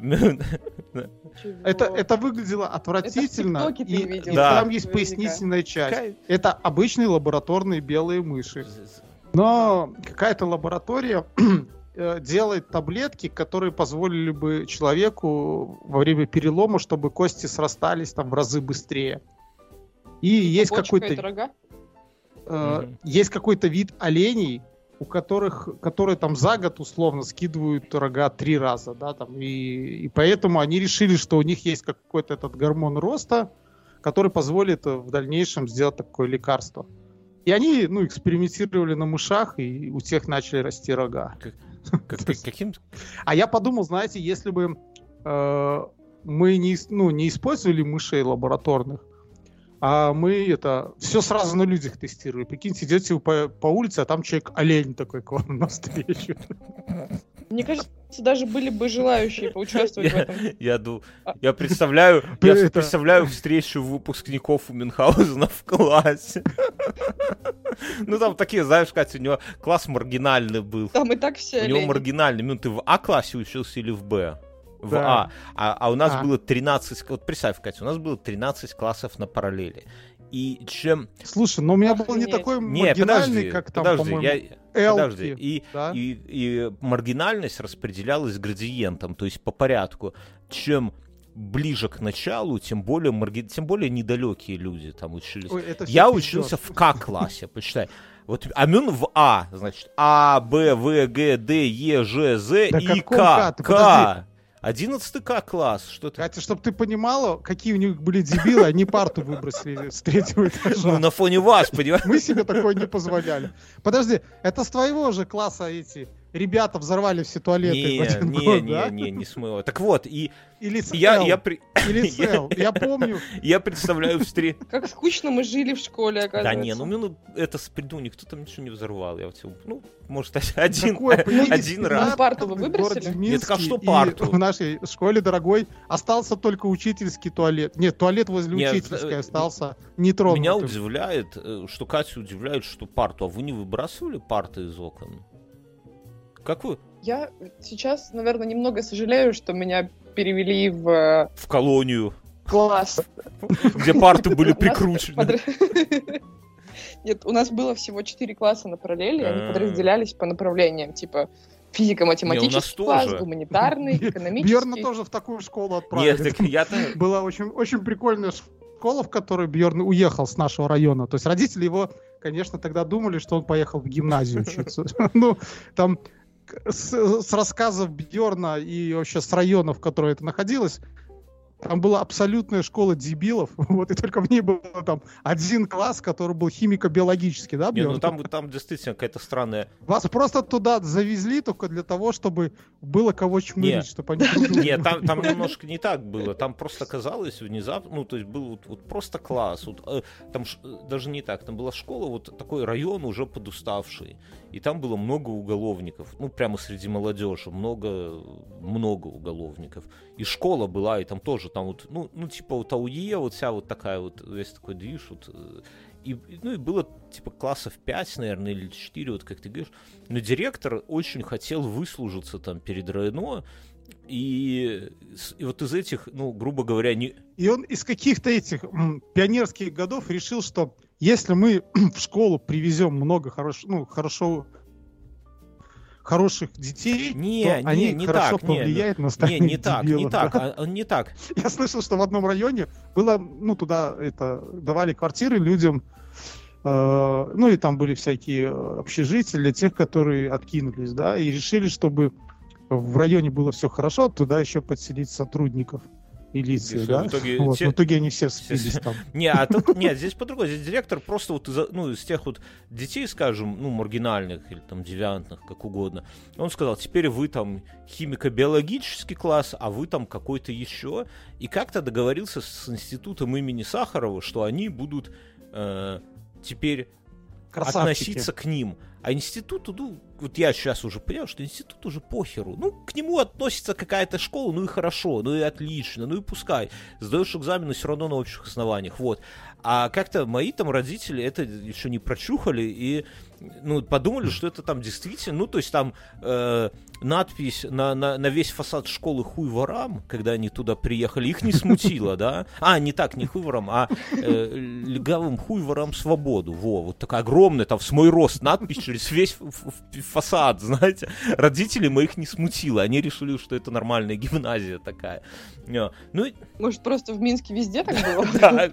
Чего? Это выглядело отвратительно, Это в ТикТоке ты и видел, Да. там есть наверняка. пояснительная часть. Какая- Это обычные лабораторные белые мыши. Но какая-то лаборатория делает таблетки, которые позволили бы человеку во время перелома, чтобы кости срастались там в разы быстрее. И есть Почка это какой-то рога? Мгм. есть какой-то вид оленей, которые там за год условно скидывают рога 3 раза, да, там, и поэтому они решили, что у них есть какой-то этот гормон роста, который позволит в дальнейшем сделать такое лекарство. И они, экспериментировали на мышах, и у всех начали расти рога. Каким... А я подумал, знаете, если бы мы не использовали мышей лабораторных, а мы все сразу на людях тестировали. Прикиньте, идете вы по улице, а там человек-олень такой к вам навстречу. Мне кажется, даже были бы желающие поучаствовать в этом. Я представляю Это- представляю встречу выпускников у Мюнхгаузена в классе. Ну, там такие, знаешь, Катя, у него класс маргинальный был. Там и так все У него олени. маргинальный. Ну, ты в А-классе учился или в Б? В Да. А у нас А. было 13... Вот представь, Катя, у нас было 13 классов на параллели. И чем... Слушай, но у меня был не Охренеть. такой Не, маргинальный, как там, подожди, по-моему, подожди. Элки. Да? И маргинальность распределялась градиентом, то есть по порядку. Чем ближе к началу, тем более недалекие люди там учились. Ой, это всё Я пиздёж. учился в К-классе, почитай. Вот Амюн в А, значит, А, Б, В, Г, Д, Е, Ж, З Да и каком К. К? Ты К. 11 К-класс. Что ты? Катя, чтобы ты понимала, какие у них были дебилы, они парту выбросили с 3-го Ну, этажа. на фоне вас, понимаешь? Мы себе такое не позволяли. Подожди, это с твоего же класса эти ребята взорвали все туалеты в один год, да? Не смыло. Так вот, и Или с я Л, при- или с Л. Я помню. я представляю встречу. Как скучно мы жили в школе, Да оказывается. не, это сприду, никто там ничего не взорвал. Я вот, может, один Какой один раз. Ну, парту вы в городе выбросили? Нет, так а Минске, что и парту? в нашей школе, дорогой, остался только учительский туалет. Нет, туалет возле Нет, учительской остался нетронутым. Меня удивляет, что Катя удивляет, что парту. А вы не выбрасывали парты из окон? Как вы? Я сейчас, наверное, немного сожалею, что меня перевели в В колонию, класс. где парты были У нас прикручены. Нет, у нас было всего 4 класса на параллели, они А. подразделялись по направлениям, типа физико-математический Не, у нас класс, тоже. гуманитарный, Бьерна экономический. тоже в такую школу отправили. Нет, так я-то... Была очень, очень прикольная школа, в которой Бьерн уехал с нашего района. То есть родители его, конечно, тогда думали, что он поехал в гимназию учиться. Ну, там с рассказов Бьерна и вообще с районов, в которой это находилось, там была абсолютная школа дебилов, вот, и только в ней был там один класс, который был химико-биологический, да, Не, ну там действительно какая-то странная... Вас просто туда завезли только для того, чтобы было кого чмырить, чтобы они... Нет, там немножко не так было. Там просто казалось внезапно, ну, то есть был вот просто класс. Вот, там даже не так. Там была школа, вот такой район уже подуставший. И там было много уголовников. Ну, прямо среди молодежи. Много уголовников. И школа была, и там тоже, там вот, ну типа вот АУЕ, вот вся вот такая вот, весь такой движ, вот. И было типа классов 5, наверное, или 4, вот как ты говоришь. Но директор очень хотел выслужиться там перед РНО. И вот из этих, ну, грубо говоря, не... И он из каких-то этих пионерских годов решил, что если мы в школу привезем много хороших детей, то они хорошо повлияют на остальных дебилов. Не так. Я слышал, что в одном районе было, ну, туда давали квартиры людям, ну, и там были всякие общежития для тех, которые откинулись, да, и решили, чтобы в районе было все хорошо, туда еще подселить сотрудников милиции, да? В итоге они все спились там. Нет, здесь по-другому. Здесь директор просто вот из тех вот детей, скажем, ну, маргинальных или там девиантных, как угодно, он сказал, теперь вы там химико-биологический класс, а вы там какой-то еще. И как-то договорился с институтом имени Сахарова, что они будут теперь относиться к ним. А институту, ну, вот я сейчас уже понял, что институт уже похеру. Ну, к нему относится какая-то школа, ну и хорошо, ну и отлично, ну и пускай. Сдаешь экзамены все равно на общих основаниях, вот. А как-то мои там родители это еще не прочухали и, ну, подумали, что это там действительно, ну, то есть там надпись на весь фасад школы «Хуй ворам», когда они туда приехали, их не смутило, да? Не так, не хуй ворам, а легавым хуй ворам свободу. Вот такая огромная, там, с мой рост надпись через весь фасад, знаете. Родители моих не смутило, они решили, что это нормальная гимназия такая. Ну, может, просто в Минске везде так было? Да,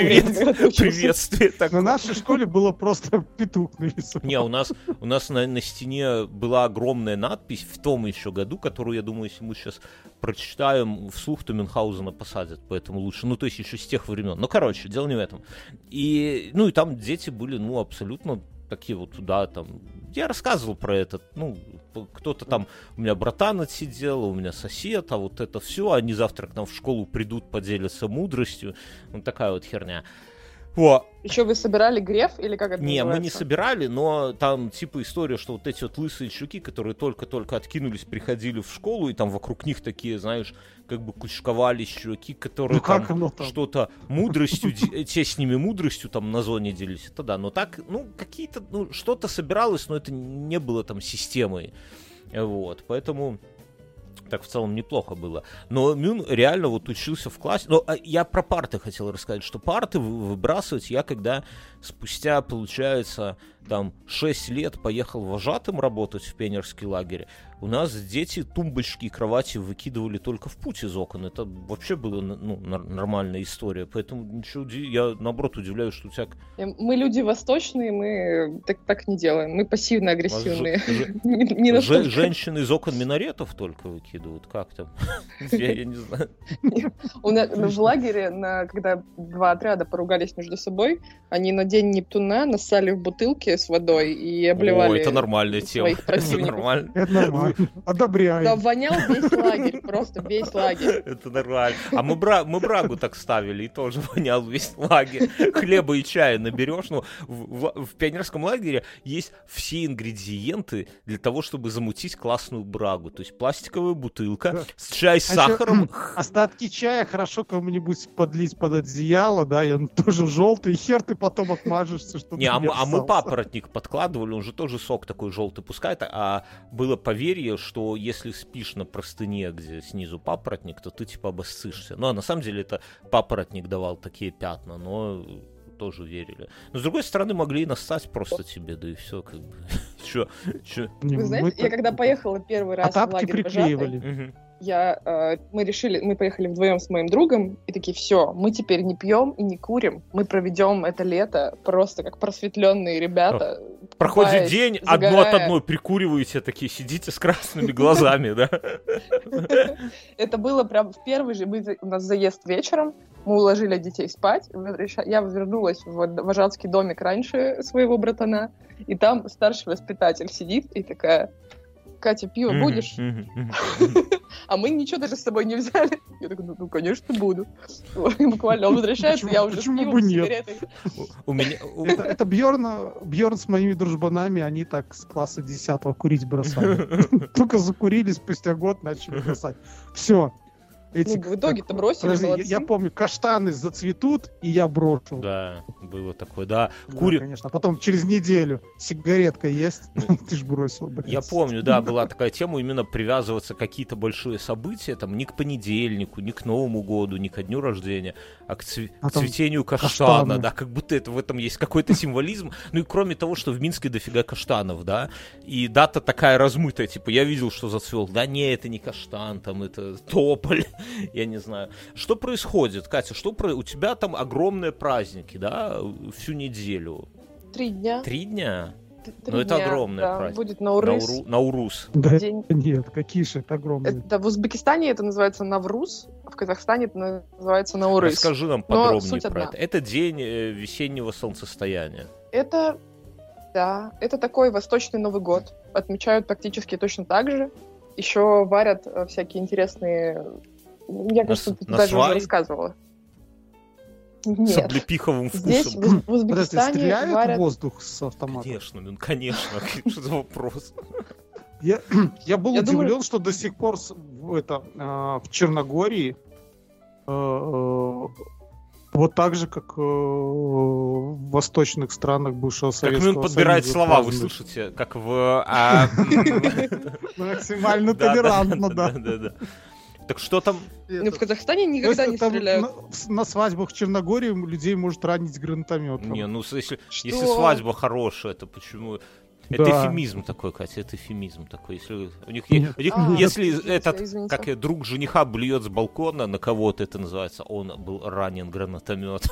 приветствие. На нашей школе было просто петух нарисован. Не, у нас на стене была огромная надпись в том еще году, которую, я думаю, если мы сейчас прочитаем вслух, то Мюнхгаузена посадят, поэтому лучше. Ну, то есть еще с тех времен. Ну, короче, дело не в этом. И там дети были, ну, абсолютно такие вот, да, там... Я рассказывал про это, ну, кто-то там... У меня братан отсидел, у меня сосед, а вот это все, они завтра к нам в школу придут, поделятся мудростью. Вот такая вот херня. Еще вы собирали греф или как это называется? Не, мы не собирали, но там типа история, что вот эти вот лысые чуваки, которые только-только откинулись, приходили в школу, и там вокруг них такие, знаешь, как бы кучковались чуваки, которые там что-то мудростью, те с ними мудростью там на зоне делились, это да, но так, ну, какие-то, ну, что-то собиралось, но это не было там системой, вот, поэтому... Так в целом неплохо было. Но Мюн реально вот учился в классе. Но я про парты хотел рассказать, что парты выбрасывать я когда спустя, получается, там 6 лет поехал вожатым работать в пионерский лагерь. У нас дети тумбочки и кровати выкидывали только в путь из окон. Это вообще была, ну, нормальная история. Поэтому ничего, я наоборот удивляюсь, что у тебя... Мы люди восточные, мы так не делаем. Мы пассивно-агрессивные. Женщины из окон минаретов только выкидывают. Как там? Я не знаю. В лагере, когда два отряда поругались между собой, они на день Нептуна нассали в бутылки с водой и обливали... это нормальная тема. Это нормально. Это нормально. Одобряю. Да, вонял весь лагерь, просто весь лагерь. Это нормально. А мы брагу так ставили, и тоже вонял весь лагерь. Хлеба и чая наберешь. Ну, в пионерском лагере есть все ингредиенты для того, чтобы замутить классную брагу. То есть пластиковая бутылка, чай с сахаром. Остатки чая хорошо кому-нибудь подлить под одеяло, да, и он тоже желтый, и хер ты потом отмажешься, что... Не, а мы папоротник подкладывали, он же тоже сок такой желтый пускает, а было поверье, что если спишь на простыне, где снизу папоротник, то ты типа обоссышься. Ну, а на самом деле это папоротник давал такие пятна, но тоже верили. Но с другой стороны, могли и нассать просто тебе, да и все, как бы. Чё? Вы знаете, я когда поехала первый раз в лагерь приклеивали. мы поехали вдвоем с моим другом, и такие, все, мы теперь не пьем и не курим, мы проведем это лето просто как просветленные ребята. Проходит день, загорая. одно от одной прикуриваете, такие сидите с красными глазами, да? Это было прям в первый же, у нас заезд вечером, мы уложили детей спать, я вернулась в вожатский домик раньше своего братана, и там старший воспитатель сидит и такая: Катя, пиво будешь? А мы ничего даже с собой не взяли. Я такой, ну конечно, буду. И буквально он возвращается, я уже с пивом, с сигаретой. Это Бьерн с моими дружбанами, они так с класса 10-го курить бросали. Только закурили, спустя год начали бросать. Все. В итоге-то бросили, молодцы. Я помню, каштаны зацветут, и я брошу. Да, было такое, да. Конечно. А потом через неделю сигаретка есть, ты ж бросил, блядь. Я помню, да, была такая тема, именно привязываться к какие-то большие события, там, не к понедельнику, не к Новому году, не ко дню рождения, а к цветению каштана, да, как будто в этом есть какой-то символизм. Ну и кроме того, что в Минске дофига каштанов, да, и дата такая размытая, типа, я видел, что зацвел, да не, это не каштан, там, это тополь. Я не знаю. Что происходит, Катя? У тебя там огромные праздники, да? Всю неделю. 3 дня. 3 дня? 3 Но это дня, огромный да. праздник. Будет Наурыз. Наурuz. Да, День. нет, какие же это огромные. В Узбекистане это называется Навруз, в Казахстане это называется Наурыз. Расскажи нам подробнее про это. Это день весеннего солнцестояния. Это такой восточный Новый год. Отмечают практически точно так же. Еще варят всякие интересные... Я, кажется, даже уже рассказывала. Нет. С облепиховым вкусом. Здесь, в Узбекистане, стреляют варят... в воздух с автомата? Конечно. Что за вопрос? Я был удивлен, что до сих пор в Черногории вот так же, как в восточных странах бывшего Советского Союза. Как он подбирает слова, вы слышите? Как в... Максимально толерантно, да. Так что там? В Казахстане никогда не стреляют. На свадьбах в Черногории людей может ранить гранатометом. Не, ну если свадьба хорошая, то почему... Это эвфемизм такой, Катя, это эвфемизм такой. Если у них если этот, как друг жениха блюет с балкона на кого-то, это называется, он был ранен гранатометом.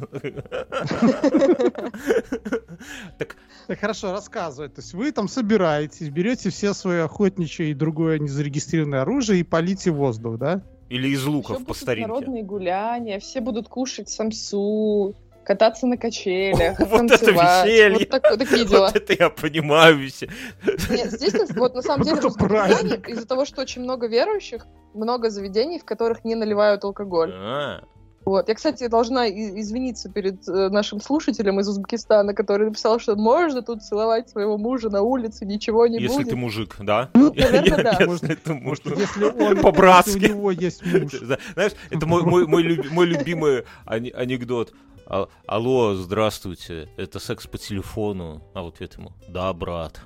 Так хорошо, рассказывай. То есть вы там собираетесь, берете все свои охотничье и другое незарегистрированное оружие и палите воздух, да? Или из луков по старинке. Народные гуляния, все будут кушать самсу, кататься на качелях, вот это веселье! Вот такие дела. Вот это я понимаю. Нет, здесь вот на самом деле из-за того, что очень много верующих, много заведений, в которых не наливают алкоголь. Вот. Я, кстати, должна извиниться перед нашим слушателем из Узбекистана, который написал, что можно тут целовать своего мужа на улице, ничего не будет. Если ты мужик, да? Ну, наверное, да. Если он по-братски. Если у него есть муж. Знаешь, это мой любимый анекдот. Алло, здравствуйте, это секс по телефону. А вот этому: да, брат.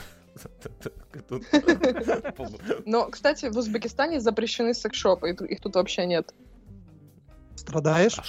Но, кстати, в Узбекистане запрещены секс-шопы, их тут вообще нет. Страдаешь?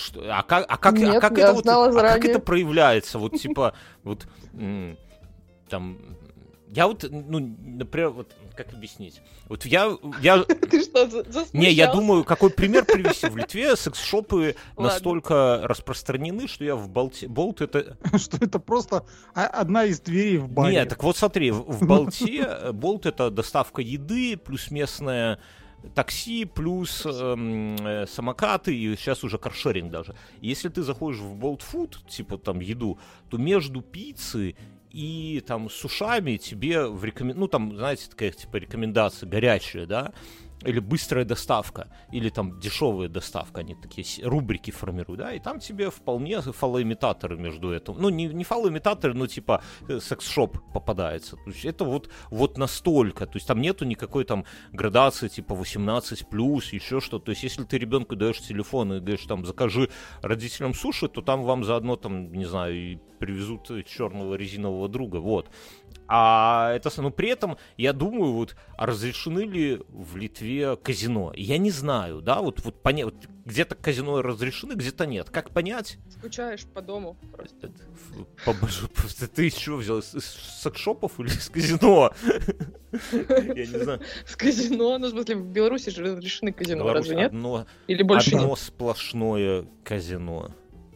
Как это проявляется? Вот типа, вот там... Я вот, например, вот как объяснить? Вот я... Ты что, засмущался? Не, я думаю, какой пример привести. В Литве секс-шопы настолько распространены, что я в Болте... Болт это... Что это просто одна из дверей в баре. Нет, так вот смотри, в Болте Болт это доставка еды, плюс местная такси, плюс самокаты, и сейчас уже каршеринг даже. Если ты заходишь в Bolt Food, типа там еду, то между пиццей и там сушами тебе там, знаете, такая типа рекомендация горячая, да, или быстрая доставка, или там дешевая доставка, они такие рубрики формируют, да, и там тебе вполне фалоимитаторы между этим, не фалоимитаторы, но типа секс-шоп попадается, то есть это вот настолько, то есть там нету никакой там градации типа 18+, еще что-то, то есть если ты ребенку даешь телефон и говоришь там закажи родителям суши, то там вам заодно там, не знаю, и привезут черного резинового друга, вот. Но при этом я думаю, вот, а разрешены ли в Литве казино? Я не знаю, да, вот где-то казино разрешены, где-то нет. Как понять? Скучаешь по дому просто. Ты из чего взял? Из секс-шопов или из казино? Я не знаю. С казино, ну, в смысле, в Беларуси же разрешены казино, разве нет? Или больше одно сплошное казино.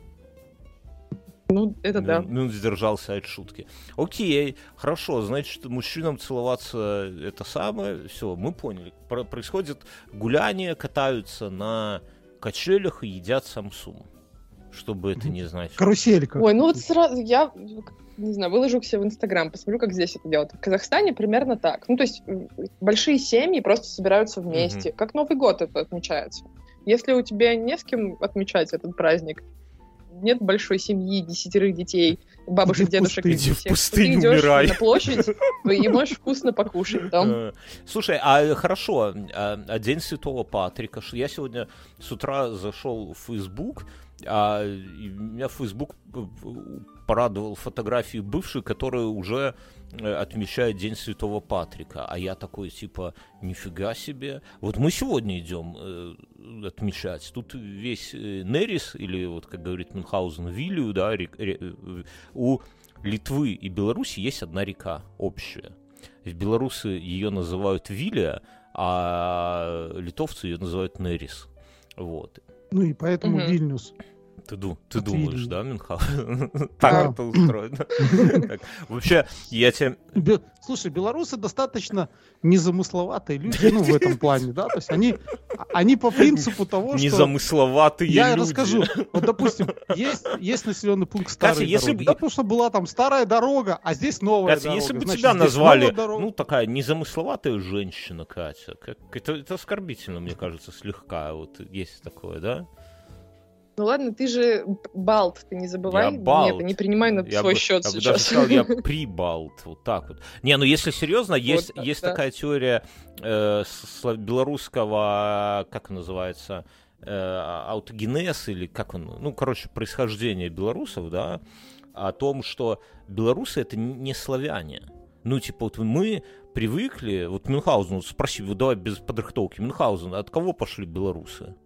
Ну, это да. Ну, сдержался от шутки. Окей, хорошо, значит, мужчинам целоваться это самое, все, мы поняли. Происходит гуляние, катаются на качелях и едят самсу. Чтобы это не значило. Каруселька. Ой, ну вот сразу я, не знаю, выложу к себе в Инстаграм, посмотрю, как здесь это делают. В Казахстане примерно так. Ну, то есть большие семьи просто собираются вместе. Как Новый год это отмечается. Если у тебя не с кем отмечать этот праздник, нет большой семьи, 10 детей, бабушек, дедушек, иди в пустыню, ты идешь умирай. на площадь и можешь вкусно покушать там. Слушай, хорошо, День Святого Патрика. Я сегодня с утра зашел в Facebook, и меня Facebook порадовал фотографии бывшей, которые уже отмечают День Святого Патрика. А я такой, типа, нифига себе. Вот мы сегодня идем отмечать. Тут весь Нерис, или, вот как говорит Мюнхгаузен, Вилью, да, у Литвы и Беларуси есть одна река общая. Белорусы ее называют Вилия, а литовцы ее называют Нерис. Вот. Ну и поэтому Вильнюс. Ты думаешь, да, Мюнхгаузен? Так это устроено. Вообще, я тебе... Слушай, белорусы достаточно незамысловатые люди, ну, в этом плане, да, то есть они по принципу того, что... Незамысловатые люди. Я расскажу. Вот, допустим, есть населенный пункт старой дороги, да, потому что была там старая дорога, а здесь новая дорога. Если бы тебя назвали, ну, такая незамысловатая женщина, Катя, это оскорбительно, мне кажется, слегка, вот есть такое, да? Ну ладно, ты же балт, ты не забывай. Я балт. Нет, не принимай на свой счет сейчас. Я бы даже сказал, я прибалт, вот так вот. Не, ну если серьезно, есть такая теория белорусского, как называется, аутогенез, или как он, ну, короче, происхождение белорусов, да, о том, что белорусы — это не славяне. Ну, типа, вот мы привыкли, вот Мюнхгаузен, вот спроси, вот давай без подрыхтовки, Мюнхгаузен, от кого пошли белорусы?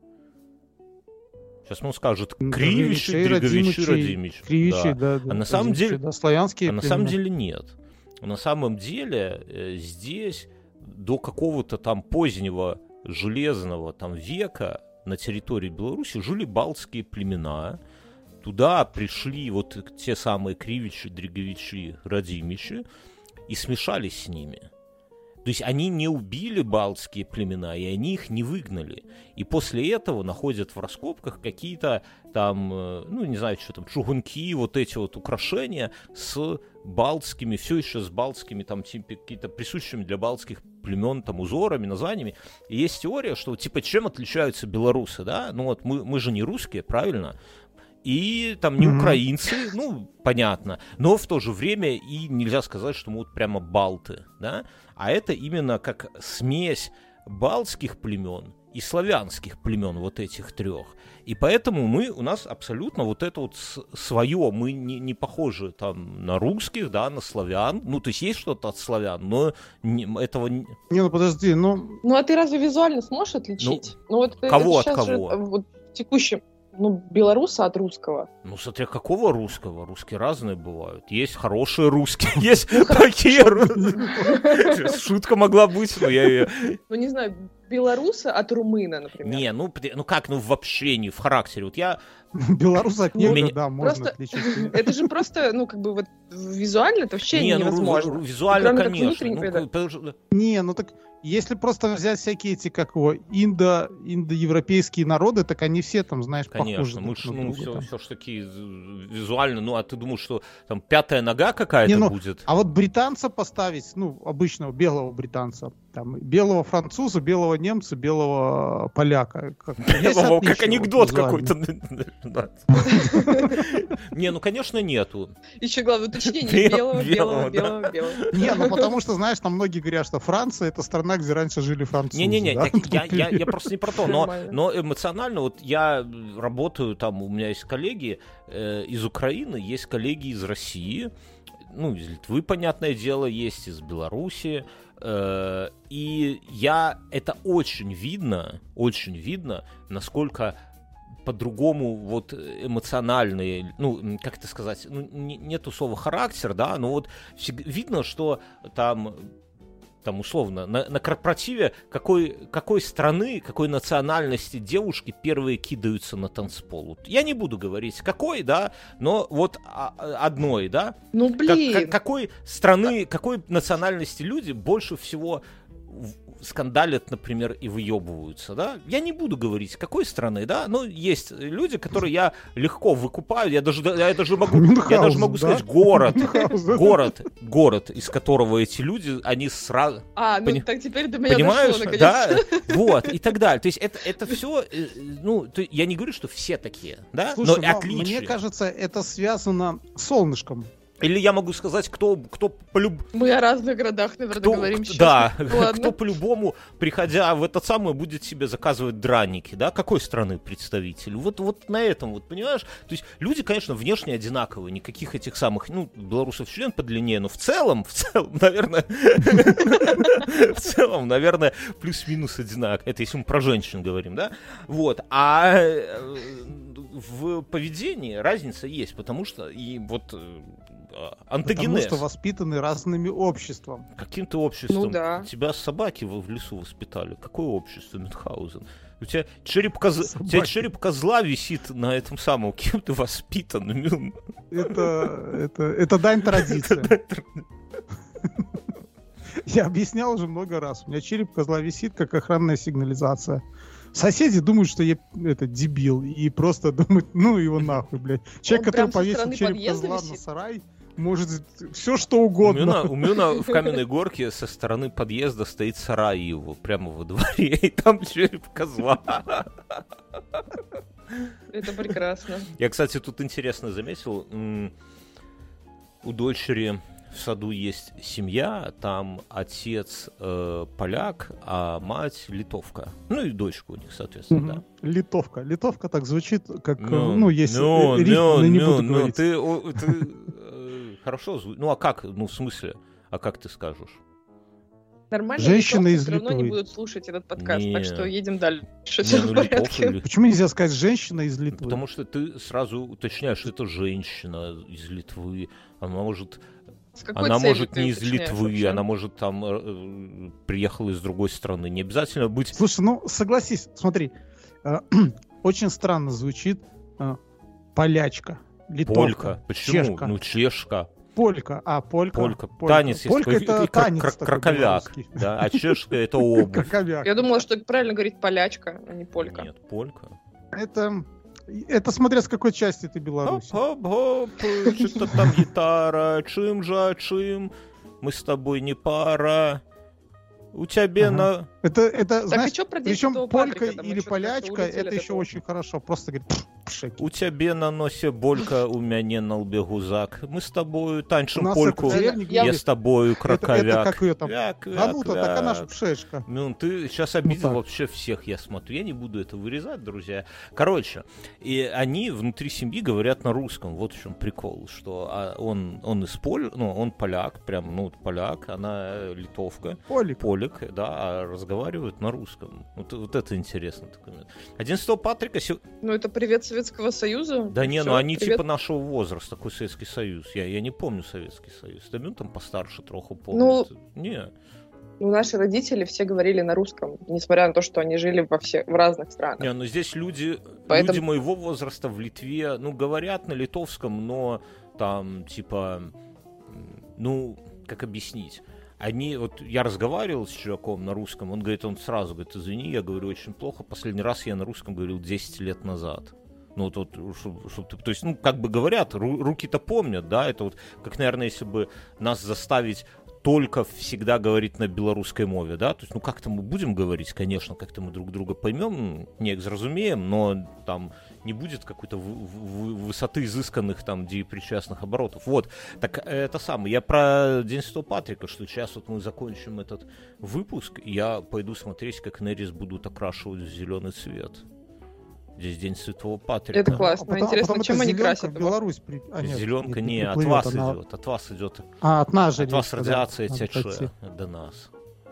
Сейчас он скажет Кривичи, Дриговичи, Радимичи. Кривичи, да. А на самом деле, славянские на самом деле нет. На самом деле здесь до какого-то там позднего железного там века на территории Беларуси жили балтские племена. Туда пришли вот те самые Кривичи, Дриговичи, Радимичи и смешались с ними. То есть они не убили балтские племена, и они их не выгнали. И после этого находят в раскопках какие-то там, ну, не знаю, что там, чугунки, вот эти вот украшения с балтскими, все еще с балтскими, там, какие-то присущими для балтских племен, там, узорами, названиями. И есть теория, что, типа, чем отличаются белорусы, да? Ну, вот мы же не русские, правильно? И там не украинцы, ну, понятно, но в то же время и нельзя сказать, что мы вот прямо балты, да, а это именно как смесь балтских племен и славянских племен, вот этих трех. И поэтому у нас абсолютно вот это вот свое, мы не похожи там на русских, да, на славян, ну, то есть есть что-то от славян, но этого... Не, ну, подожди, ну... Ну, а ты разве визуально сможешь отличить? Ну, вот кого от кого? Вот в текущем... Ну, белоруса от русского. Ну, смотря какого русского. Русские разные бывают. Есть хорошие русские, есть такие русские. Шутка могла быть, но я ее... Ну, не знаю, белоруса от румына, например. Не, ну как, ну вообще не в характере. Вот я... Белоруса от негра, да, можно отличить. Это же просто, ну, как бы вот визуально это вообще невозможно. Ну, визуально, конечно. Не, ну так... Если просто взять всякие эти, как его, индоевропейские народы, так они все там, знаешь, конечно, похожи. Конечно, мы все ж такие визуально, ну, а ты думаешь, что там пятая нога какая-то будет? А вот британца поставить, ну, обычного белого британца, там, белого француза, белого немца, белого поляка. Как анекдот какой-то. Не, ну, конечно, нету. Еще главное уточнение, белого. Не, ну, потому что, знаешь, там многие говорят, что Франция — это страна, где раньше жили французы. Не-не-не, я просто не про то, но эмоционально, вот я работаю, там у меня есть коллеги из Украины, есть коллеги из России, ну, из Литвы, понятное дело, есть, из Беларуси. И это очень видно, насколько по-другому вот эмоциональный, ну, как это сказать, ну, нету слова характер, да, но вот видно, что там условно, на корпоративе какой страны, какой национальности девушки первые кидаются на танцпол. Я не буду говорить, какой, да, но вот одной, да. Ну, блин. Какой страны, какой национальности люди больше всего скандалят, например, и выебываются, да? Я не буду говорить, какой страны, да, но есть люди, которые я легко выкупаю, я даже могу сказать город, из которого эти люди, они сразу... так теперь до меня понимаешь, дошло, наконец-то. Да, вот, и так далее. То есть это все, ну, я не говорю, что все такие, да, слушай, но отличие. Мне кажется, это связано с солнышком. Или я могу сказать, кто Мы о разных городах, наверное, говорим сейчас. Да, кто по-любому, приходя в этот самый, будет себе заказывать драники, да? Какой страны представитель? Вот на этом, вот, понимаешь? То есть люди, конечно, внешне одинаковые, никаких этих самых, ну, белорусов член подлиннее, но в целом, наверное, плюс-минус одинаково. Это если мы про женщин говорим, да? Вот, а в поведении разница есть, потому что и вот антогенез. Потому что воспитаны разными обществом. Каким-то обществом? Ну, да. Тебя собаки в лесу воспитали. Какое общество, Мюнхгаузен? У тебя череп козла висит на этом самом. Кем ты воспитан, Мюн? Это дань традиции. Я объяснял уже много раз. У меня череп козла висит, как охранная сигнализация. Соседи думают, что я дебил, и просто думают, ну его нахуй, блядь. Человек, который повесил череп козла на сарай, может все что угодно. У Мюна в Каменной Горке со стороны подъезда стоит сарай его, прямо во дворе, и там череп козла. Это прекрасно. Я, кстати, тут интересно заметил, у дочери в саду есть семья, там отец поляк, а мать литовка. Ну и дочка у них, соответственно, да. Литовка. Литовка так звучит, как, если не буду говорить. Ты хорошо звучит. Ну а как, в смысле, а как ты скажешь? Нормально, женщины из все равно Литвы не будут слушать этот подкаст, Не. так что едем дальше. Все в порядке. Почему нельзя сказать женщина из Литвы? Потому что ты сразу уточняешь, что это женщина из Литвы. Она может не из Литвы, вообще? она может там приехала из другой страны. Не обязательно быть... Слушай, согласись, смотри, очень странно звучит полячка, литовка, Полька. Почему? чешка. Чешка. Полька. Танец есть. Полька это танец краковяк. Да, а чешка это обувь. Краковяк. Я думала, что правильно говорить полячка, а не полька. Нет, полька. Это смотря с какой части ты Беларуси. Хоп-хоп-хоп, что-то там гитара. Чим, мы с тобой не пара. У тебя на... Это знаешь, причем полька или полячка, это еще очень хорошо. Просто говорит, пшик. У тебя на носе болька, у меня на лбе гузак. Мы с тобою танчим польку, я с тобою краковяк. Это как ее там? Вяк. Так она же пшешка. Ты сейчас обидел вообще всех, я смотрю. Я не буду это вырезать, друзья. Короче, и они внутри семьи говорят на русском. Вот в чем прикол, что он он поляк, прям, поляк, она литовка. Полик, да, а разговаривают на русском. Вот это интересно. 11 Патрика... это привет Советского Союза? Да не, они привет. Типа нашего возраста, такой Советский Союз. Я не помню Советский Союз. Тамин там постарше троху помнит. Не. Наши родители все говорили на русском, несмотря на то, что они жили в разных странах. Не, здесь люди моего возраста в Литве, говорят на литовском, но там, типа, как объяснить? Я разговаривал с чуваком на русском, он сразу говорит, извини, я говорю очень плохо, последний раз я на русском говорил 10 лет назад. То есть, как бы говорят, руки-то помнят, да, это как, наверное, если бы нас заставить только всегда говорить на белорусской мове, да, то есть, как-то мы будем говорить, конечно, как-то мы друг друга поймем, не разумеем, но там не будет какой-то высоты изысканных там деепричастных оборотов. Вот, так это самое, я про День Святого Патрика, что сейчас мы закончим этот выпуск, и я пойду смотреть, как Нерис будут окрашивать в зеленый цвет. Здесь День Святого Патрика. Это классно. Интересно, чем они красят его? Беларусь Зеленка не от вас идет. От вас идет. От нас же. От вас радиация тече до нас.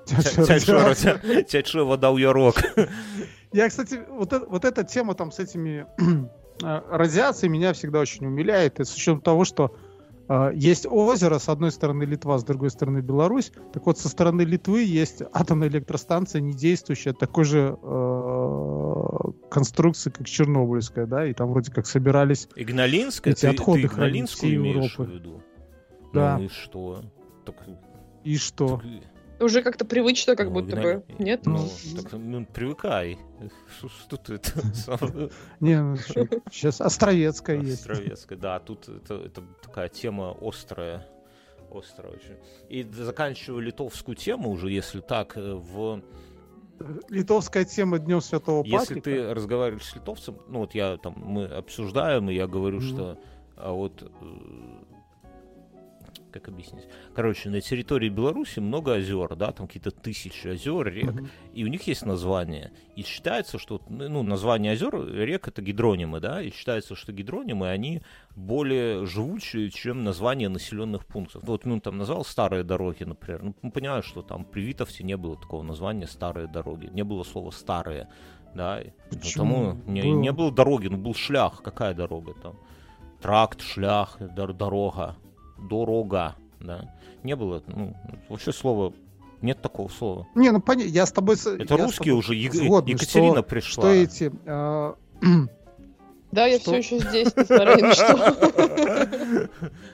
Тече вода у ярок. Я, кстати, вот эта тема там с этими радиацией меня всегда очень умиляет. И с учетом того, что есть озеро, с одной стороны Литва, с другой стороны Беларусь. Так вот, со стороны Литвы есть атомная электростанция, недействующая, такой же конструкции, как Чернобыльская, да, и там вроде как собирались Игналинская? эти отходы ты Игналинскую имеешь Европы. в виду? Да. Ну и что? И что? Уже как-то привычно, как будто бы. Нет? Привыкай. Что ты это? Не, сейчас Островецкая есть. Островецкая, да. Тут это такая тема острая. Острая очень. И заканчивая литовскую тему уже, если так, Литовская тема Днем Святого Патрика. Если ты разговариваешь с литовцем, ну вот мы обсуждаем, и я говорю, что как объяснить? Короче, на территории Беларуси много озер, да, там какие-то тысячи озер, рек, и у них есть название. И считается, что, название озер, рек — это гидронимы, да, и считается, что гидронимы, они более живучие, чем названия населенных пунктов. Вот там назвал старые дороги, например. Мы понимаем, что там при Витовте не было такого названия старые дороги, не было слова старые, да. Потому не было дороги, был шлях. Какая дорога там? Тракт, шлях, дорога. Дорога, да. Не было, вообще слова, нет такого слова. Не, понятно, я с тобой... Это русские уже, сгодны, Екатерина пришла. Что эти... Да, я все еще здесь, несмотря ни на что.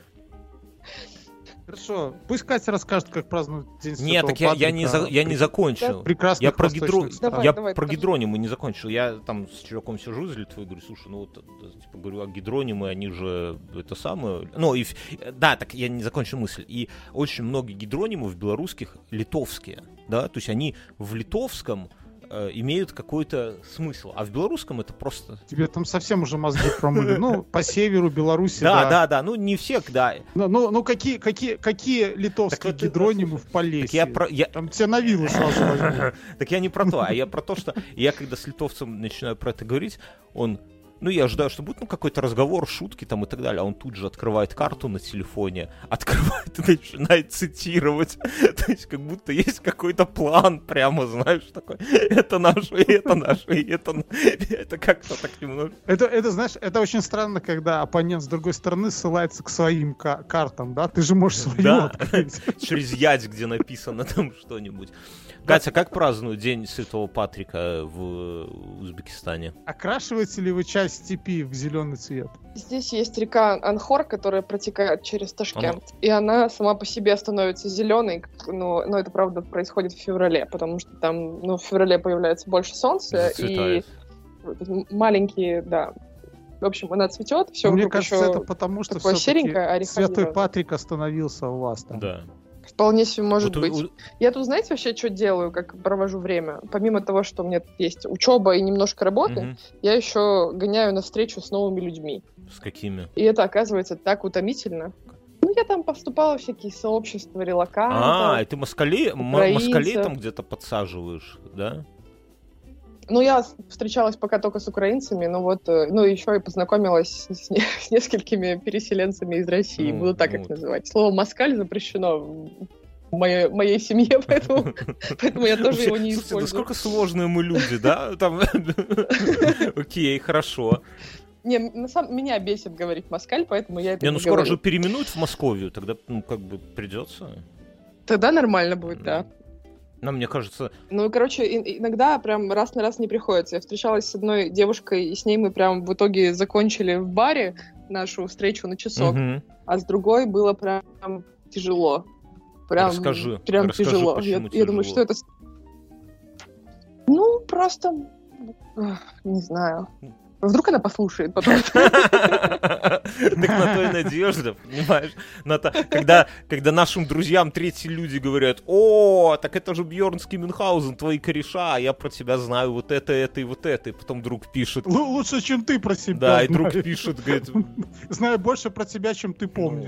Хорошо, пусть Катя расскажет, как празднуют День Святого Нет, так я не закончил. Прекрасно. Я про гидронимы не закончил. Я там с чуваком сижу из Литвы и говорю, слушай, говорю, а гидронимы, они же это самое... Да, так я не закончил мысль. И очень много гидронимов белорусских литовские, да, то есть они в литовском имеют какой-то смысл, а в белорусском это просто... Тебе там совсем уже мозги промыли. По северу Беларуси, да. Не всех, да. Какие литовские гидронимы в Полесье? Там тебя на виллу сразу возьмут. Так я не про то, а я про то, что я когда с литовцем начинаю про это говорить, он... я ожидаю, что будет какой-то разговор, шутки там и так далее, а он тут же открывает карту на телефоне, открывает и начинает цитировать. То есть как будто есть какой-то план прямо, знаешь, такой, это наше, это наше, это как-то так немного. Это, знаешь, это очень странно, когда оппонент с другой стороны ссылается к своим картам, да? Ты же можешь свою открыть. Через ять, где написано там что-нибудь. Катя, как празднуют День Святого Патрика в Узбекистане? Окрашиваете ли вы часть степи в зеленый цвет? Здесь есть река Анхор, которая протекает через Ташкент. И она сама по себе становится зеленой. Но это, правда, происходит в феврале, потому что там в феврале появляется больше солнца. Зацветает. И маленькие, да. В общем, она цветет. Все мне кажется, это потому, что все-таки Святой Патрик остановился у вас там. Да. Вполне себе может быть. Я тут, знаете, вообще, что делаю, как провожу время? Помимо того, что у меня тут есть учеба и немножко работы, я еще гоняю на встречу с новыми людьми. С какими? И это, оказывается, так утомительно. Я там поступала в всякие сообщества релокантов. И ты москалей там где-то подсаживаешь, да? Я встречалась пока только с украинцами, еще и познакомилась с несколькими переселенцами из России, буду так их называть. Слово «москаль» запрещено в моей семье, поэтому я тоже его не использую. Насколько сложные мы люди, да? Окей, хорошо. Меня бесит говорить «москаль», поэтому я это не говорю. Скоро же переименуют в Московию, тогда, придется. Тогда нормально будет, да. Мне кажется... иногда прям раз на раз не приходится. Я встречалась с одной девушкой, и с ней мы прям в итоге закончили в баре нашу встречу на часок, а с другой было прям тяжело. Расскажи, тяжело. Я думаю, что это... просто... Не знаю. Вдруг она послушает потом. Так на то и надежда, понимаешь? Когда нашим друзьям третьи люди говорят: о, так это же Бьернский Мюнхгаузен, твои кореша, а я про тебя знаю вот это и вот это. И потом друг пишет... Лучше, чем ты про себя. Да, и друг пишет, говорит... Знаю больше про тебя, чем ты помнишь.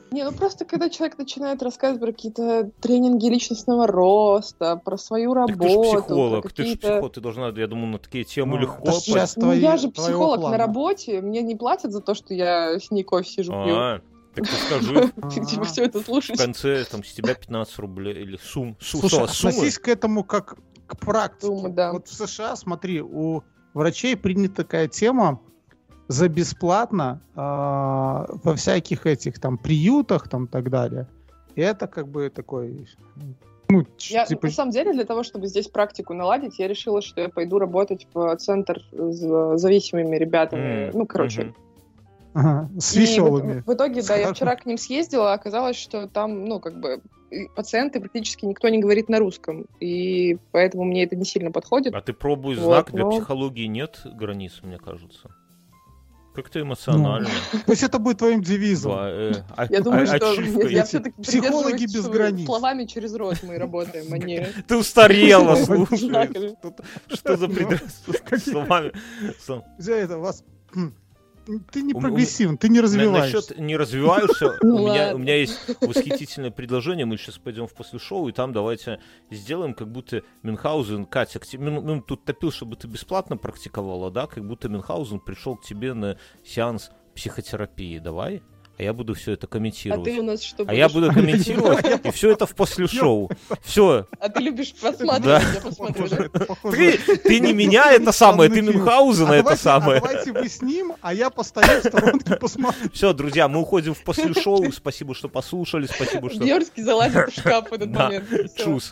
Не, ну просто когда человек начинает рассказывать про какие-то тренинги личностного роста, про свою Так работу, ты же про психолог, какие-то... ты должна, я думаю, на такие темы Ну, легко... это сейчас Ну, я же твоего психолог на плана. работе, мне не платят за то, что я с ней кофе сижу пью. Так ты скажи, Типа все это в слушать. конце там с тебя 15 рублей или Слушай, суммы. относись к этому как к практике. Суммы, да. Вот в США, смотри, у врачей принята такая тема за бесплатно во всяких этих там приютах там так далее. И это как бы такой... Ну, Я, типа... на самом деле, для того, чтобы здесь практику наладить, я решила, что я пойду работать в центр с зависимыми ребятами. Ну, короче. Ага, с И веселыми. в итоге, да, я вчера к ним съездила, оказалось, что там, ну, как бы, пациенты практически никто не говорит на русском, и поэтому мне это не сильно подходит. А ты пробуй Вот, знак, для но- психологии нет границ, мне кажется. Как-то эмоционально. Пусть это будет твоим девизом. Я думаю, что ачивка. я все-таки Психологи без границ. словами через рот мы работаем, а не... Ты устарела, Знаками. слушай. Что за предрассудки словами? За это вас... Ты не У- прогрессивен, ты не развиваешься. Насчет не развиваешься, Ну у ладно. меня есть восхитительное предложение. Мы сейчас пойдем в послешоу, и там давайте сделаем, как будто Мюнхгаузен, Катя, тут топил, чтобы ты бесплатно практиковала, да? Как будто Мюнхгаузен пришел к тебе на сеанс психотерапии. Давай? А я буду все это А комментировать. ты у нас что А я будешь? буду комментировать, и все это в послешоу. Все. А ты любишь Да. просматривать, я посмотрю, да? Похоже. Ты не меня это самое, ты Странный фильм. Мюнхгаузена это давайте, самое. давайте вы с ним, а я постою в сторонке, посмотрю. Все, друзья, мы уходим в послешоу. Спасибо, что послушали. Спасибо, что... Бьерский залазит в шкаф в этот Да, момент. и всё. чус.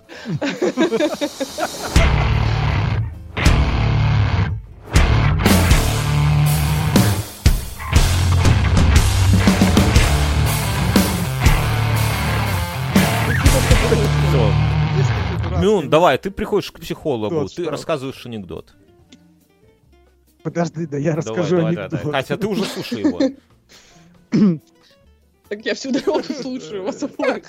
Всё. Мюн, давай, ты приходишь к психологу, Анекдот, ты что? рассказываешь анекдот. Подожди, да я расскажу Давай. анекдот. Катя, ты уже слушай его. Так я всю дорогу слушаю вас обоих.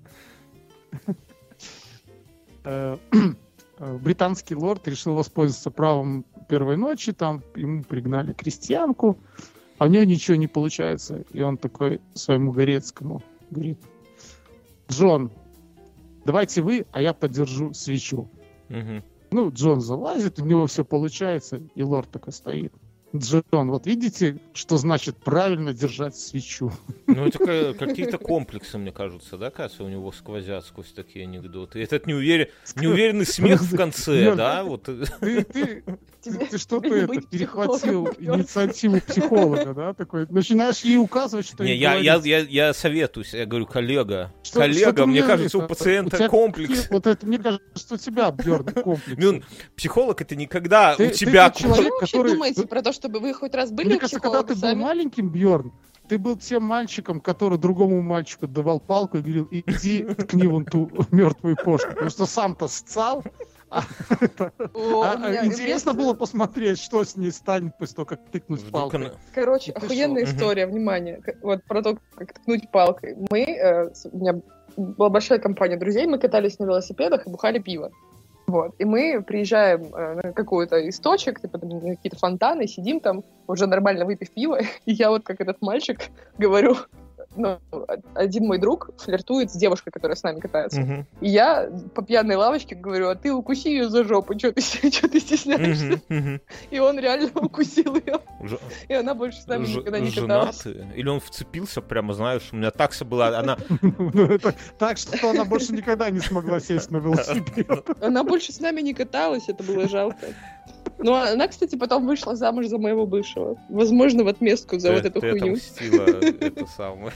Британский лорд решил воспользоваться правом первой ночи, там ему пригнали крестьянку, а у нее ничего не получается. И он такой своему Горецкому говорит: Джон, давайте вы, а я подержу свечу. Мгм. Ну, Джон залазит, у него все получается, и лорд такой стоит. Джон, вот видите, что значит правильно держать свечу? Ну, это какие-то комплексы, мне кажется, да, Катя, у него сквозят сквозь такие анекдоты. Этот неуверенный смех в конце, Нет. да, вот. Ты что-то не это быть перехватил психологом. инициативу психолога, да, такой. Начинаешь ей указывать, что Не, ей я говорить. советуюсь, я говорю, коллега, Что ты мне мне кажется, у это- пациента у тебя комплекс. какие- Вот это, мне кажется, что у тебя Бьерн комплекс. Мюн, психолог это не когда Ты- у тебя... ты человек, Что вы вообще который- думаете про то, чтобы вы хоть раз были Мне у кажется, когда психолога ты был сами? маленьким, Бьерн, ты был тем мальчиком, который другому мальчику давал палку и говорил: иди ткни вон ту мертвую кошку. Потому что сам-то сцал. О, у меня Интересно вместо- было посмотреть, что с ней станет после того, как тыкнуть Вдруг палкой. она- Короче, Ты охуенная шо? история, внимание. Вот про то, как ткнуть палкой. У меня была большая компания друзей, мы катались на велосипедах и бухали пиво. Вот. И мы приезжаем на какой-то источек, типа там, на какие-то фонтаны, сидим там, уже нормально выпив пиво, и я вот как этот мальчик говорю, ну, один мой друг флиртует с девушкой, которая с нами катается. Мгм. И я по пьяной лавочке говорю: а ты укуси ее за жопу, что ты стесняешься? Мгм. Мгм. И он реально укусил ее, Ж- и она больше с нами никогда не каталась. Женаты? Или он вцепился прямо, знаешь, у меня такса была, она... Так что она больше никогда не смогла сесть на велосипед. Она больше с нами не каталась, это было жалко. Ну, она, кстати, потом вышла замуж за моего бывшего. Возможно, в отместку за вот эту ты хуйню. отомстила, это самое.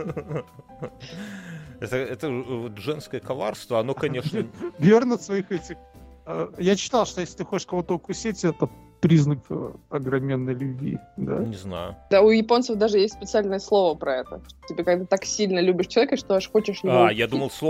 Это вот женское коварство, оно, конечно... Бьерн от своих этих... Я читал, что если ты хочешь кого-то укусить, это признак огроменной любви. Да? Не знаю. Да, у японцев даже есть специальное слово про это. Типа, когда так сильно любишь человека, что аж хочешь его... Я думал, слово